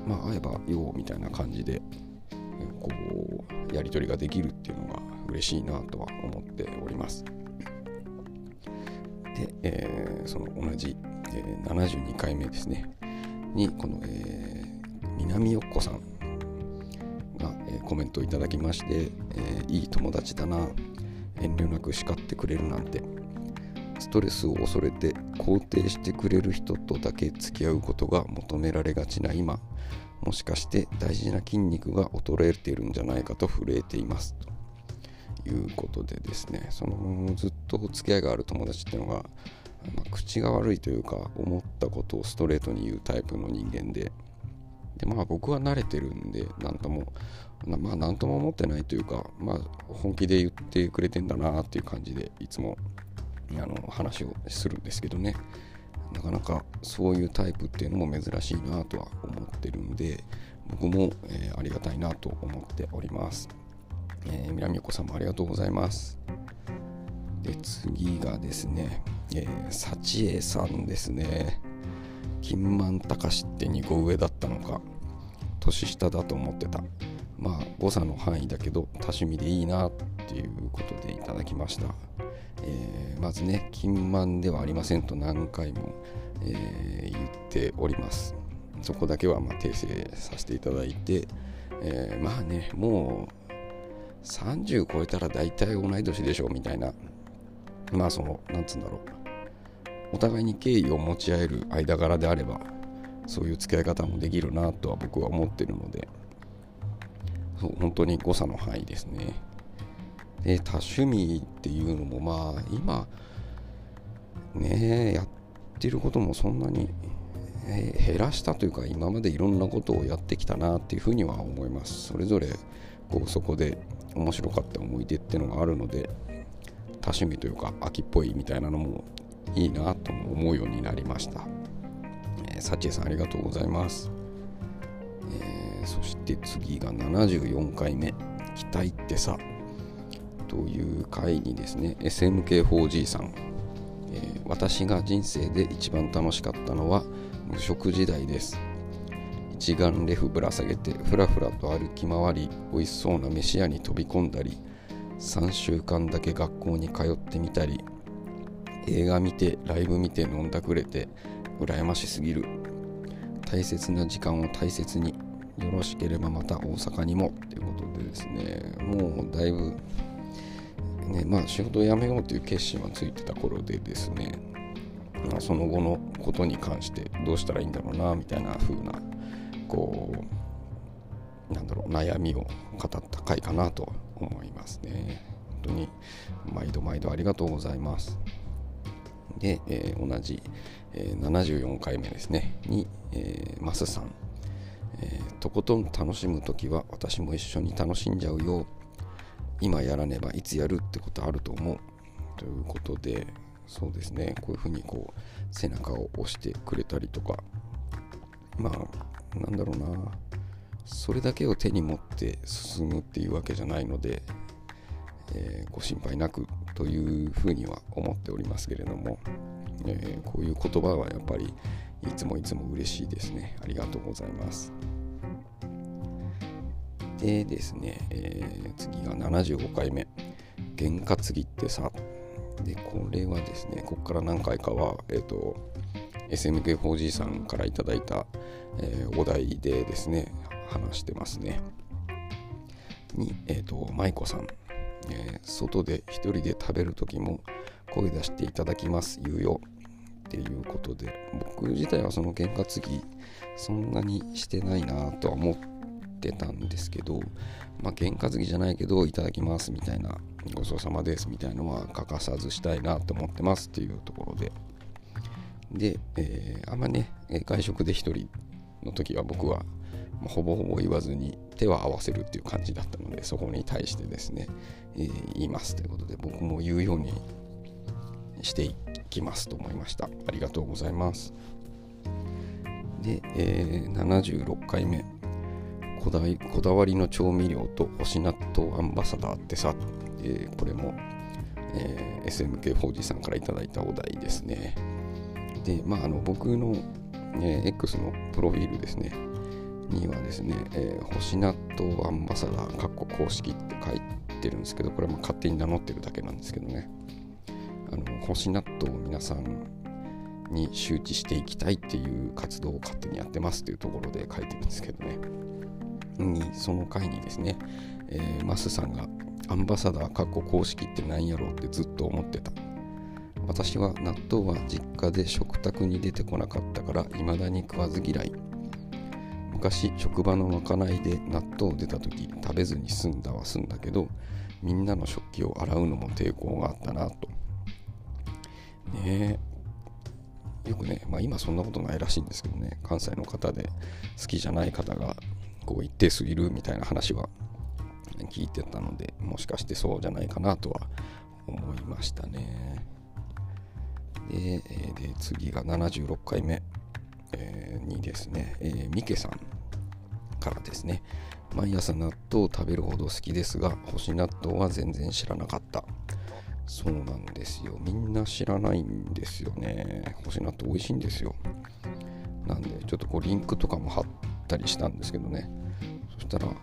まあ会えばよみたいな感じでこうやり取りができるっていうのが嬉しいなとは思っております。で、えー、その同じ、えー、ななじゅうにかいめですねにこの、えー、南よっこさんが、えー、コメントをいただきまして、えー、いい友達だな、遠慮なく叱ってくれるなんて、ストレスを恐れて肯定してくれる人とだけ付き合うことが求められがちな今、もしかして大事な筋肉が衰えているんじゃないかと震えていますということでですね、そのずっと付き合いがある友達っていうのが、まあ、口が悪いというか思ったことをストレートに言うタイプの人間で、でまあ僕は慣れてるんでなんともまあなんとも思ってないというか、まあ本気で言ってくれてんだなっていう感じでいつもあの話をするんですけどね、なかなかそういうタイプっていうのも珍しいなとは思ってるんで、僕も、えー、ありがたいなと思っております。えー、南横さんもありがとうございます。で次がですね、えー、幸恵さんですね。金満隆ってにこ上だったのか年下だと思ってた、まあ誤差の範囲だけど多趣味でいいなっていうことでいただきました。えー、まずね、金満ではありませんと何回も、えー、言っております。そこだけはまあ訂正させていただいて、えー、まあねもうさんじゅう超えたら大体同い年でしょみたいな、まあそのなんつうんだろう、お互いに敬意を持ち合える間柄であればそういう付き合い方もできるなとは僕は思ってるので、そう本当に誤差の範囲ですね。で多趣味っていうのもまあ今ねやってることもそんなに、えー、減らしたというか、今までいろんなことをやってきたなっていうふうには思います。それぞれこうそこで面白かった思い出っていうのがあるので、多趣味というか秋っぽいみたいなのもいいなと思うようになりました。えー、サチエさんありがとうございます。えー、そして次がななじゅうよんかいめ、期待ってさという回にですね、 エスエムケーフォージー さん、えー、私が人生で一番楽しかったのは無職時代です。一眼レフぶら下げてふらふらと歩き回り、美味しそうな飯屋に飛び込んだり、さんしゅうかんだけ学校に通ってみたり、映画見てライブ見て飲んだくれて羨ましすぎる。大切な時間を大切に、よろしければまた大阪にもということでですね、もうだいぶね、まあ仕事を辞めようという決心はついてた頃でですね、まあ、その後のことに関してどうしたらいいんだろうなみたいな風なこうなんだろう悩みを語った回かなと思いますね。本当に毎度毎度ありがとうございます。で、えー、同じ、えー、ななじゅうよんかいめですねに、えー、マスさん、えー、とことん楽しむときは私も一緒に楽しんじゃうよ、今やらねばいつやるってことあると思うということで、そうですね、こういうふうにこう背中を押してくれたりとか、まあなんだろうな、それだけを手に持って進むっていうわけじゃないので、えー、ご心配なくというふうには思っておりますけれども、えー、こういう言葉はやっぱりいつもいつも嬉しいですね。ありがとうございます。でですね、えー、次がななじゅうごかいめ、験担ぎってさ。でこれはですね、ここから何回かは、えーと、エスエムケーフォージー さんからいただいた、えー、お題でですね話してますね。に、えーと、舞子さん、えー、外で一人で食べるときも声出していただきます言うよっていうことで、僕自体はその験担ぎそんなにしてないなとは思ってたんですけど、まあ験担ぎじゃないけどいただきますみたいな、ごちそうさまですみたいなのは欠かさずしたいなと思ってますっていうところで、で、えー、あんまね外食で一人の時は僕はほぼほぼ言わずに手は合わせるっていう感じだったので、そこに対してですね、えー、言いますということで、僕も言うようにしていきますと思いました。ありがとうございます。で、えー、ななじゅうろっかいめ、こだわり、こだわりの調味料と干し納豆アンバサダーってさ、えー、これも、えー、エスエムケーフォージー さんからいただいたお題ですね。で、まあ、あの僕の、えー、X のプロフィールですねにはですね、えー、星納豆アンバサダーかっこ公式って書いてるんですけど、これはまあ勝手に名乗ってるだけなんですけどね、あの星納豆を皆さんに周知していきたいっていう活動を勝手にやってますっていうところで書いてるんですけどね、にその回にですね、えー、マスさんがアンバサダーかっこ公式って何やろうってずっと思ってた。私は納豆は実家で食卓に出てこなかったから未だに食わず嫌い。昔職場のまかないで納豆出た時食べずに済んだは済んだけど、みんなの食器を洗うのも抵抗があったなと。ねえ、よくね、まあ今そんなことないらしいんですけどね、関西の方で好きじゃない方がこう一定数いるみたいな話は聞いてたので、もしかしてそうじゃないかなとは思いましたね。で、で次がななじゅうろっかいめ、えー、にですね、えー、ミケさんからですね、毎朝納豆を食べるほど好きですが星納豆は全然知らなかった。そうなんですよ、みんな知らないんですよね。星納豆美味しいんですよ。なんでちょっとこうリンクとかも貼ったりしたんですけどね、そしたらあの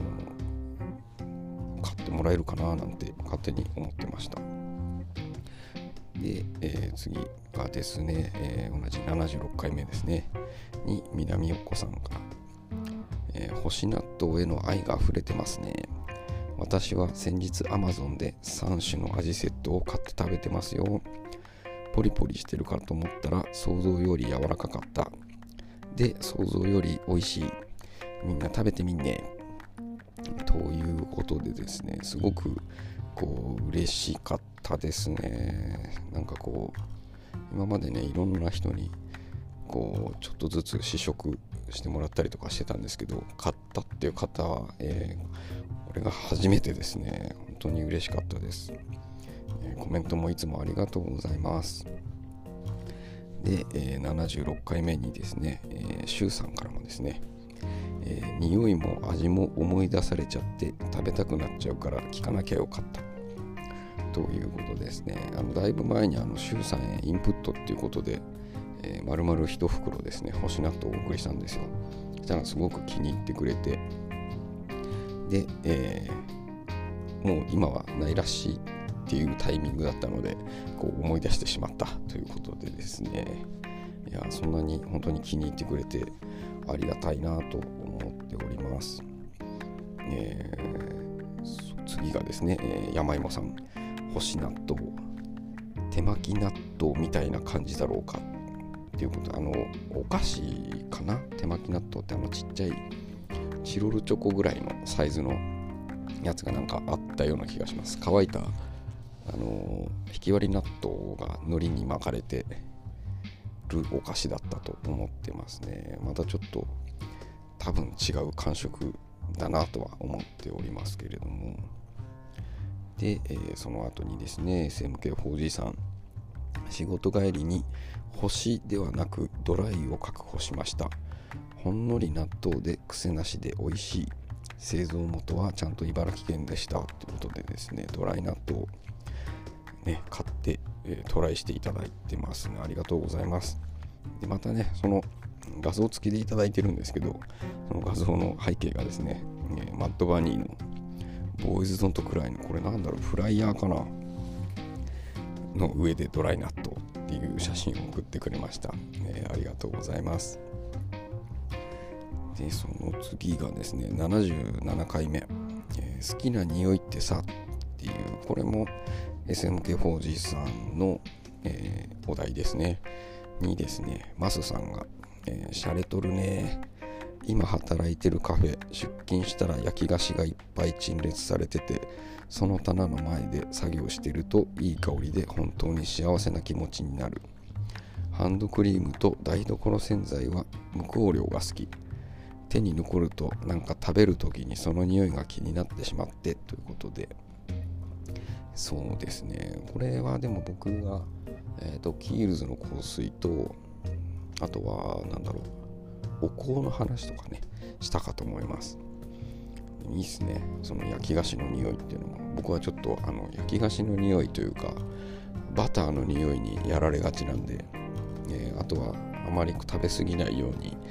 買ってもらえるかななんて勝手に思ってました。で、えー、次がですね、えー、同じななじゅうろっかいめですねに南よっこさんから、えー、星納豆への愛が溢れてますね。私は先日 Amazon でさん種の味セットを買って食べてますよ。ポリポリしてるかと思ったら想像より柔らかかった。で、想像より美味しい。みんな食べてみんね。ということでですね、すごくこう嬉しかったですね。なんかこう今までね、いろんな人にこうちょっとずつ試食してもらったりとかしてたんですけど、買ったっていう方は、えー、これが初めてですね。本当に嬉しかったです。えー、コメントもいつもありがとうございます。で、えー、ななじゅうろっかいめにですね、えー、シュウさんからもですね、えー、匂いも味も思い出されちゃって食べたくなっちゃうから聞かなきゃよかったということですね。あのだいぶ前にあのシュウさんへインプットっていうことで、えー、丸々一袋ですね星納豆をお送りしたんですよ。そしたらすごく気に入ってくれて、で、えー、もう今はないらしいっていうタイミングだったのでこう思い出してしまったということでですね、いやそんなに本当に気に入ってくれてありがたいなと思っております。えー、次がですね、えー、山芋さん、星納豆手巻き納豆みたいな感じだろうかっていうこと、あのお菓子かな。手巻き納豆ってあのちっちゃいチロルチョコぐらいのサイズのやつがなんかあったような気がします。乾いたあのひき割り納豆が海苔に巻かれてるお菓子だったと思ってますね。またちょっと多分違う感触だなとは思っておりますけれども、で、えー、その後にですね エスエムケーフォージー さん、仕事帰りに星ではなくドライを確保しました。ほんのり納豆で癖なしで美味しい。製造元はちゃんと茨城県でしたということでですね、ドライ納豆ね買って、えー、トライしていただいてますね。ありがとうございます。でまたね、その画像付きでいただいてるんですけど、その画像の背景がですね、えー、マッドバニーのボーイズドントくらいのこれなんだろうフライヤーかなの上でドライ納豆っていう写真を送ってくれました。えー、ありがとうございます。でその次がですねななじゅうななかいめ、えー、好きな匂いってさっていう、これも エスエムケーフォージー さんの、えー、お題ですねにですね、マスさんが、えー、シャレとるね、今働いてるカフェ出勤したら焼き菓子がいっぱい陳列されてて、その棚の前で作業してるといい香りで本当に幸せな気持ちになる。ハンドクリームと台所洗剤は無香料が好き。手に残るとなんか食べる時にその匂いが気になってしまってということで、そうですね、これはでも僕が、えーと、キールズの香水と、あとはなんだろうお香の話とかねしたかと思います。いいっすね、その焼き菓子の匂いっていうのも。僕はちょっとあの焼き菓子の匂いというかバターの匂いにやられがちなんで、えー、あとはあまり食べ過ぎないように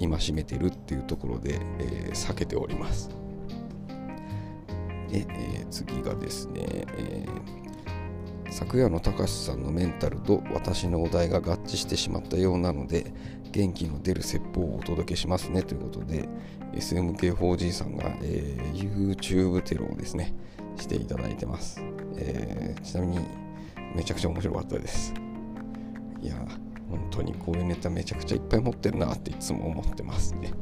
戒めてるっていうところで、えー、避けております。で、えー、次がですね、えー、昨夜のたかしさんのメンタルと私のお題が合致してしまったようなので、元気の出る説法をお届けしますねということで、 エスエムケーフォージー さんが、えー、YouTube テロをですねしていただいてます。えー、ちなみにめちゃくちゃ面白かったです。いや本当にこういうネタめちゃくちゃいっぱい持ってるなっていつも思ってますね。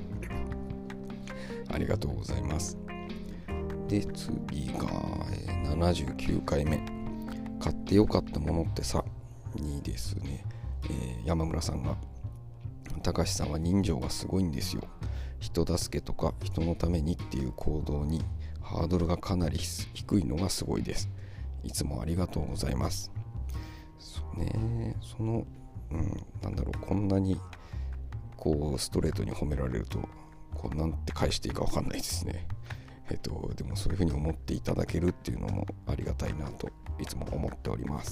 ありがとうございます。で次が、えー、ななじゅうきゅうかいめ、買ってよかったものってさにですね、えー、山村さんが、たかしさんは人情がすごいんですよ。人助けとか人のためにっていう行動にハードルがかなり低いのがすごいです。いつもありがとうございます。そうね、その、うん、なんだろう、こんなにこうストレートに褒められるとこうなんて返していいか分かんないですね。えっとでもそういうふうに思っていただけるっていうのもありがたいなといつも思っております。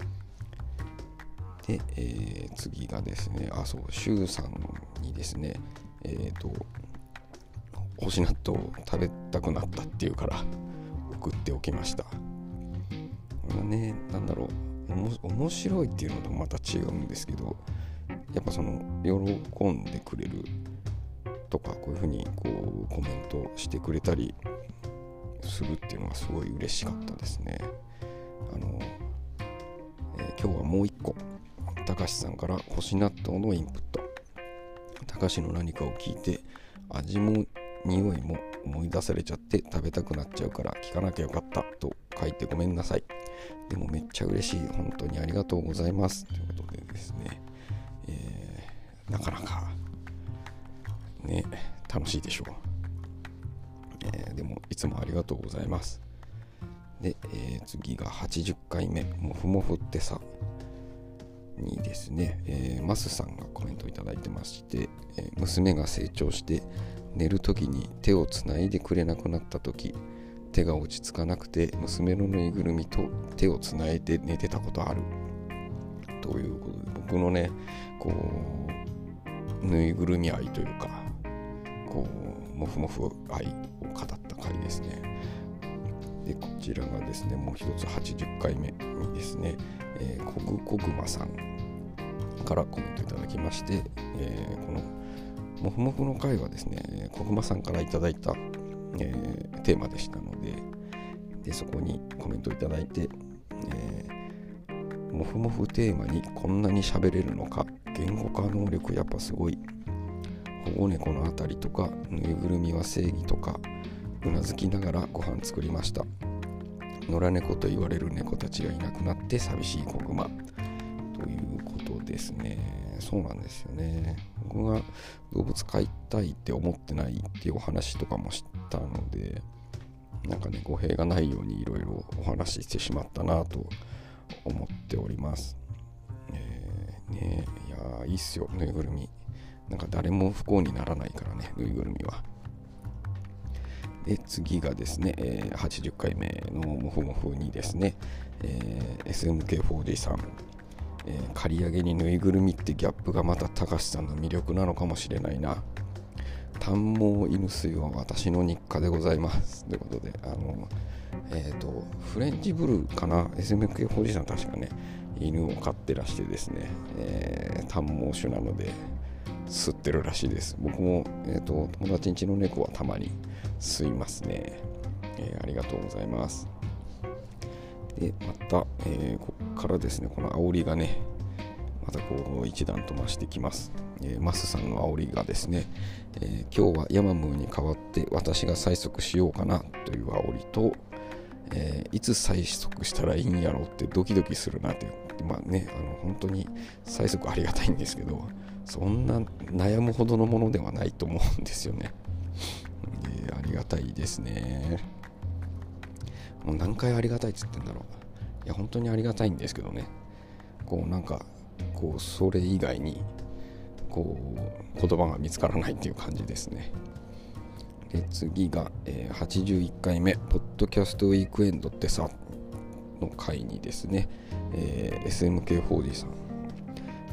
で、えー、次がですね、あ、そう、シュウさんにですね、えっと干し納豆を食べたくなったっていうから送っておきました。まあね、なんだろう、おも面白いっていうのとまた違うんですけど、やっぱその喜んでくれるとか、こういうふうにこうコメントしてくれたりするっていうのがすごい嬉しかったですね。あの、えー、今日はもう一個、たかしさんから干し納豆のインプット。たかしの何かを聞いて味も匂いも思い出されちゃって食べたくなっちゃうから聞かなきゃよかったと書いてごめんなさい。でもめっちゃ嬉しい、本当にありがとうございますということでですね、えー、なかなかね楽しいでしょう。えー、でもいつもありがとうございます。で、えー、次がはちじゅっかいめ、もふもふってさにですね、えー、マスさんがコメントいただいてまして、えー、娘が成長して寝るときに手をつないでくれなくなったとき、手が落ち着かなくて娘のぬいぐるみと手をつないで寝てたことあるということで、僕のねこうぬいぐるみ愛というか、こうもふもふ愛を語った回ですね。でこちらがですね、もう一つはちじゅっかいめにですね、えー、こぐこぐまさんからコメントいただきまして、えー、このもふもふの回はですね、こぐまさんからいただいた、えー、テーマでしたので、でそこにコメントいただいて、えー、もふもふテーマにこんなに喋れるのか、言語化能力やっぱすごい、保護猫のあたりとかぬいぐるみは正義とかうなずきながらご飯作りました。野良猫と言われる猫たちがいなくなって寂しいこぐまということですね。そうなんですよね。僕が動物飼いたいって思ってないっていうお話とかもしたので、なんかね語弊がないようにいろいろお話ししてしまったなと思っております。えー、ねいやーいいっすよ、ぬいぐるみ。なんか誰も不幸にならないからね、ぬいぐるみは。で次がですね、えー、はちじゅっかいめのもふもふにですね、えー、エスエムケーフォージー さん、えー、刈り上げにぬいぐるみってギャップがまたたかしさんの魅力なのかもしれないな。短毛犬水は私の日課でございますということで、あのえっ、ー、とフレンチブルーかな、 エスエムケーフォージー さん確かね犬を飼ってらしてですね、えー、短毛種なので吸ってるらしいです。僕も、えーと、友達ん家の猫はたまに吸いますね。えー、ありがとうございます。でまた、えー、ここからですね、この煽りがねまたこう一段と増してきます。えー、マスさんの煽りがですね、えー、今日はヤマムーに代わって私が催促しようかなという煽りと、えー、いつ催促したらいいんやろうってドキドキするなって、まあね、あの本当に催促ありがたいんですけど、そんな悩むほどのものではないと思うんですよね。えー、ありがたいですね。もう何回ありがたいっつってんだろう。いや本当にありがたいんですけどね、こうなんかこうそれ以外にこう言葉が見つからないっていう感じですね。で次が、えー、はちじゅういっかいめポッドキャストウィークエンドってさの回にですね、えー、エスエムケーフォージー さん、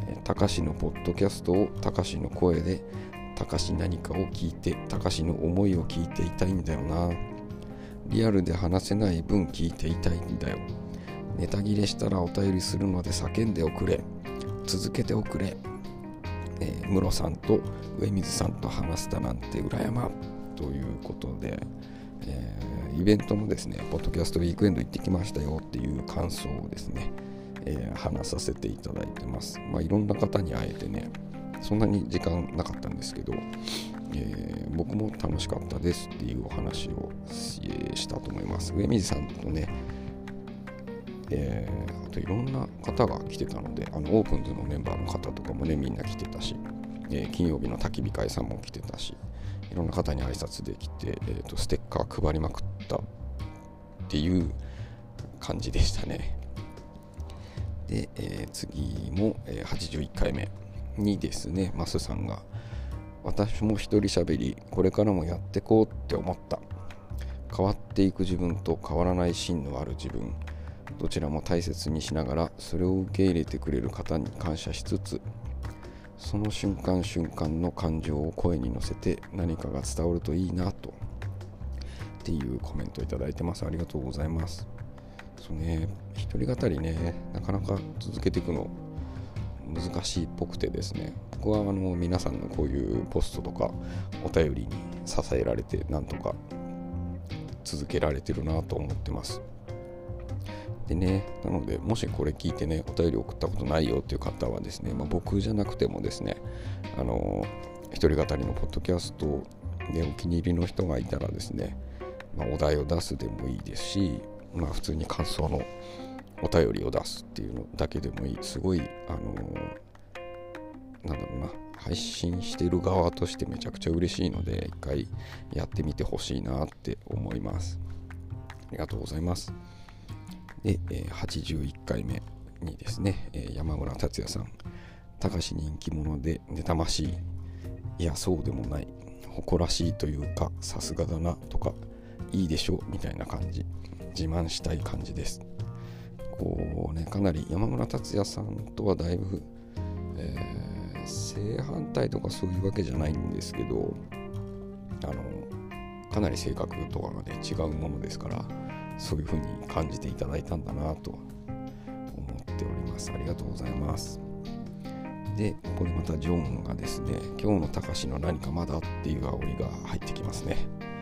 たかしのポッドキャストをたかしの声でたかし何かを聞いてたかしの思いを聞いていたいんだよな。リアルで話せない分聞いていたいんだよ。ネタ切れしたらお便りするので叫んでおくれ。続けておくれ。えー、ムロさんと上水さんと話したなんて羨まということで、えー、イベントのですねポッドキャストウィークエンド行ってきましたよっていう感想をですね、えー、話させていただいてます。まあいろんな方に会えてね、そんなに時間なかったんですけど、えー、僕も楽しかったですっていうお話を し, したと思います。上水さんとね、えー、あといろんな方が来てたので、あのオープンズのメンバーの方とかもねみんな来てたし、えー、金曜日の焚き火会さんも来てたし、いろんな方に挨拶できて、えーと、ステッカー配りまくったっていう感じでしたね。で、えー、次も、えー、はちじゅういっかいめにですね、マスさんが私も一人喋りこれからもやってこうって思った。変わっていく自分と変わらない芯のある自分、どちらも大切にしながらそれを受け入れてくれる方に感謝しつつ、その瞬間瞬間の感情を声に乗せて何かが伝わるといいなとっていうコメントをいただいてます。ありがとうございます。そうね、一人語りねなかなか続けていくの難しいっぽくてですね、僕はあの皆さんのこういうポストとかお便りに支えられてなんとか続けられてるなと思ってます。でね、なのでもしこれ聞いてねお便り送ったことないよっていう方はですね、まあ、僕じゃなくてもですね、あの一人語りのポッドキャストでお気に入りの人がいたらですね、まあ、お題を出すでもいいですし、まあ、普通に感想のお便りを出すっていうのだけでもいい。すごいあのなんだろうな、配信してる側としてめちゃくちゃ嬉しいので一回やってみてほしいなって思います。ありがとうございます。で、えー、はちじゅういっかいめにですね、えー、山村達也さん、たかし人気者で妬ましい、いやそうでもない、誇らしいというかさすがだなとかいいでしょみたいな感じ、自慢したい感じです。こうね、かなり山村達也さんとはだいぶ、えー、正反対とかそういうわけじゃないんですけど、あのかなり性格とかがね違うものですから、そういう風に感じていただいたんだなと思っております。ありがとうございます。で、ここでまたジョンがですね、今日のたかしの何かまだっていう煽りが入ってきますね。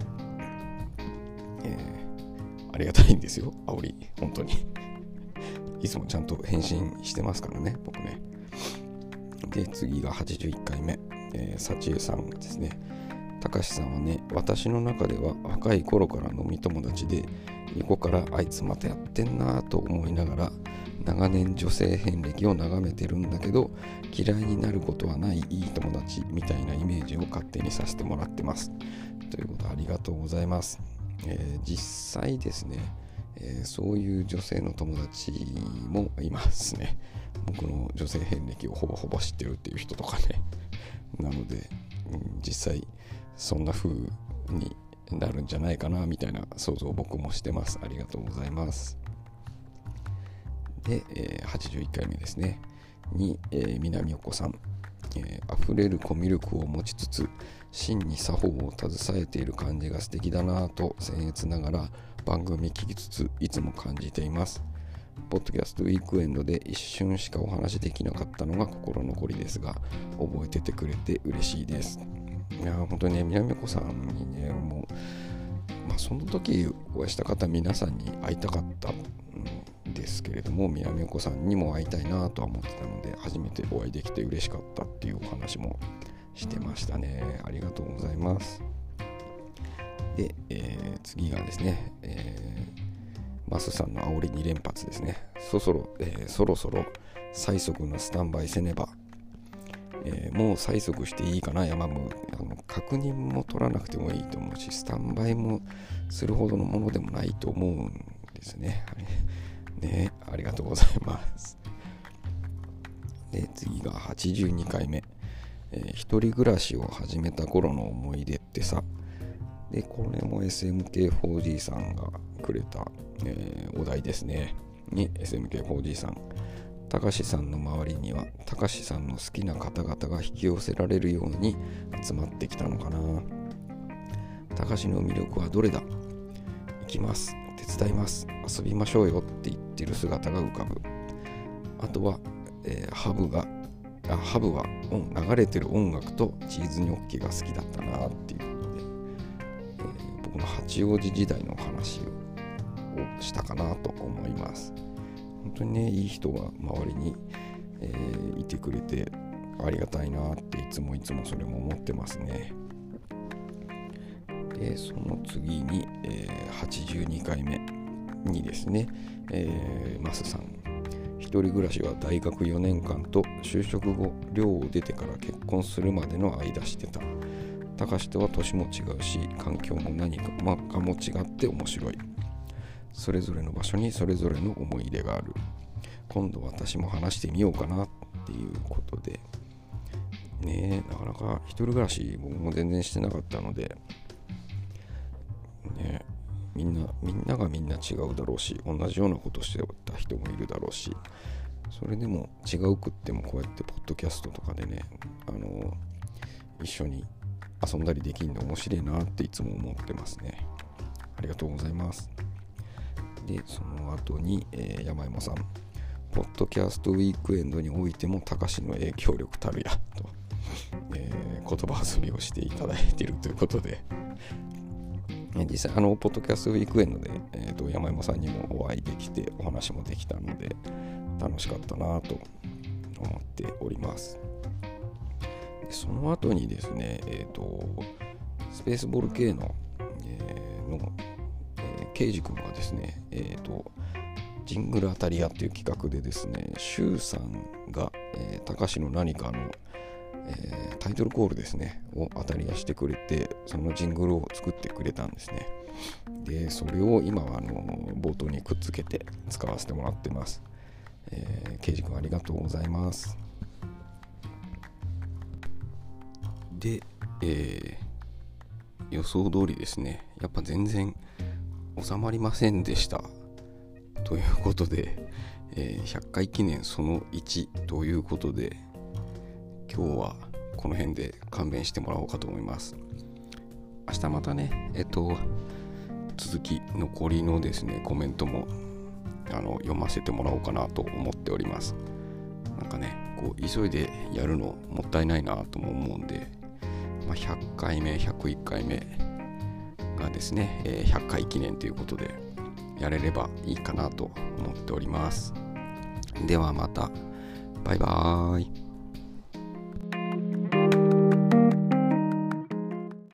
えー、ありがたいんですよ、煽り、本当に。いつもちゃんと返信してますからね、僕ね。で、次がはちじゅういっかいめ、えー、サチエさんがですね、たかしさんはね、私の中では若い頃から飲み友達で、横からあいつまたやってんなと思いながら長年女性遍歴を眺めてるんだけど、嫌いになることはないいい友達みたいなイメージを勝手にさせてもらってますということで、ありがとうございます。えー、実際ですね、えー、そういう女性の友達もいますね。僕の女性遍歴をほぼほぼ知ってるっていう人とかね。なので、うん、実際そんな風になるんじゃないかなみたいな想像を僕もしてます。ありがとうございます。で、えー、はちじゅういっかいめですねに、えー、南横さん、えー、溢れるコミュ力を持ちつつ真に作法を携えている感じが素敵だなと僭越ながら番組聞きつついつも感じています。ポッドキャストウィークエンドで一瞬しかお話できなかったのが心残りですが、覚えててくれて嬉しいです。いや本当にね、南子さんにね、もう、まあ、その時お会いした方皆さんに会いたかったんですけれども、南子さんにも会いたいなとは思ってたので、初めてお会いできて嬉しかったっていうお話もしてましたね。ありがとうございます。で、えー、次がですね、えー、マスさんの煽りに連発ですね。そそろ、えー、そろそろ最速のスタンバイせねば、えー、もう催促していいかな、山もあの確認も取らなくてもいいと思うし、スタンバイもするほどのものでもないと思うんですね。ね、ありがとうございます。で、次がはちじゅうにかいめ、えー、一人暮らしを始めた頃の思い出ってさ。で、これも エスエムケーフォージー さんがくれた、えー、お題ですね。に エスエムケーフォージー さん、 たかしさんの周りにはたかしさんの好きな方々が引き寄せられるように集まってきたのかな。たかしの魅力はどれだ。行きます、手伝います、遊びましょうよって言ってる姿が浮かぶ。あとは、えー、ハブがあハブは流れてる音楽とチーズニョッキが好きだったなっていうことで、えー、僕の八王子時代の話をしたかなと思います。本当にね、いい人が周りに、えー、いてくれてありがたいなっていつもいつもそれも思ってますね。でその次に、えー、はちじゅうにかいめにですね、えー、マスさん、一人暮らしは大学よねんかんと就職後寮を出てから結婚するまでの間してた。たかしとは年も違うし環境も何かも違って面白い。それぞれの場所にそれぞれの思い入れがある。今度私も話してみようかなっていうことでね。なかなか一人暮らし僕も全然してなかったのでね、みんなみんながみんな違うだろうし、同じようなことしてた人もいるだろうし、それでも違うくってもこうやってポッドキャストとかでね、あの一緒に遊んだりできるの面白いなっていつも思ってますね。ありがとうございます。でその後に、えー、山山さん、ポッドキャストウィークエンドにおいてもたかしの影響力たるやと、えー、言葉遊びをしていただいているということで、実際あのポッドキャストウィークエンドで、えー、と山山さんにもお会いできてお話もできたので楽しかったなと思っております。でその後にですね、えー、とスペースボール系の、えー、の、えー、ケイジ君がですね、えー、とジングル当たり屋っていう企画でですね、シュウさんが、えー、たかしの何かのえー、タイトルコールですねを当たり屋してくれて、そのジングルを作ってくれたんですね。でそれを今はあの冒頭にくっつけて使わせてもらってます。えー、ケイジ君ありがとうございます。で、えー、予想通りですね、やっぱ全然収まりませんでしたということで、えー、ひゃっかい記念そのいちということで今日はこの辺で勘弁してもらおうかと思います。明日またね、えっと続き残りのですねコメントもあの読ませてもらおうかなと思っております。なんかね、こう急いでやるのもったいないなとも思うんで、まあ、ひゃっかいめひゃくいっかいめがですね、えー、ひゃっかい記念ということでやれればいいかなと思っております。ではまた、バイバーイ。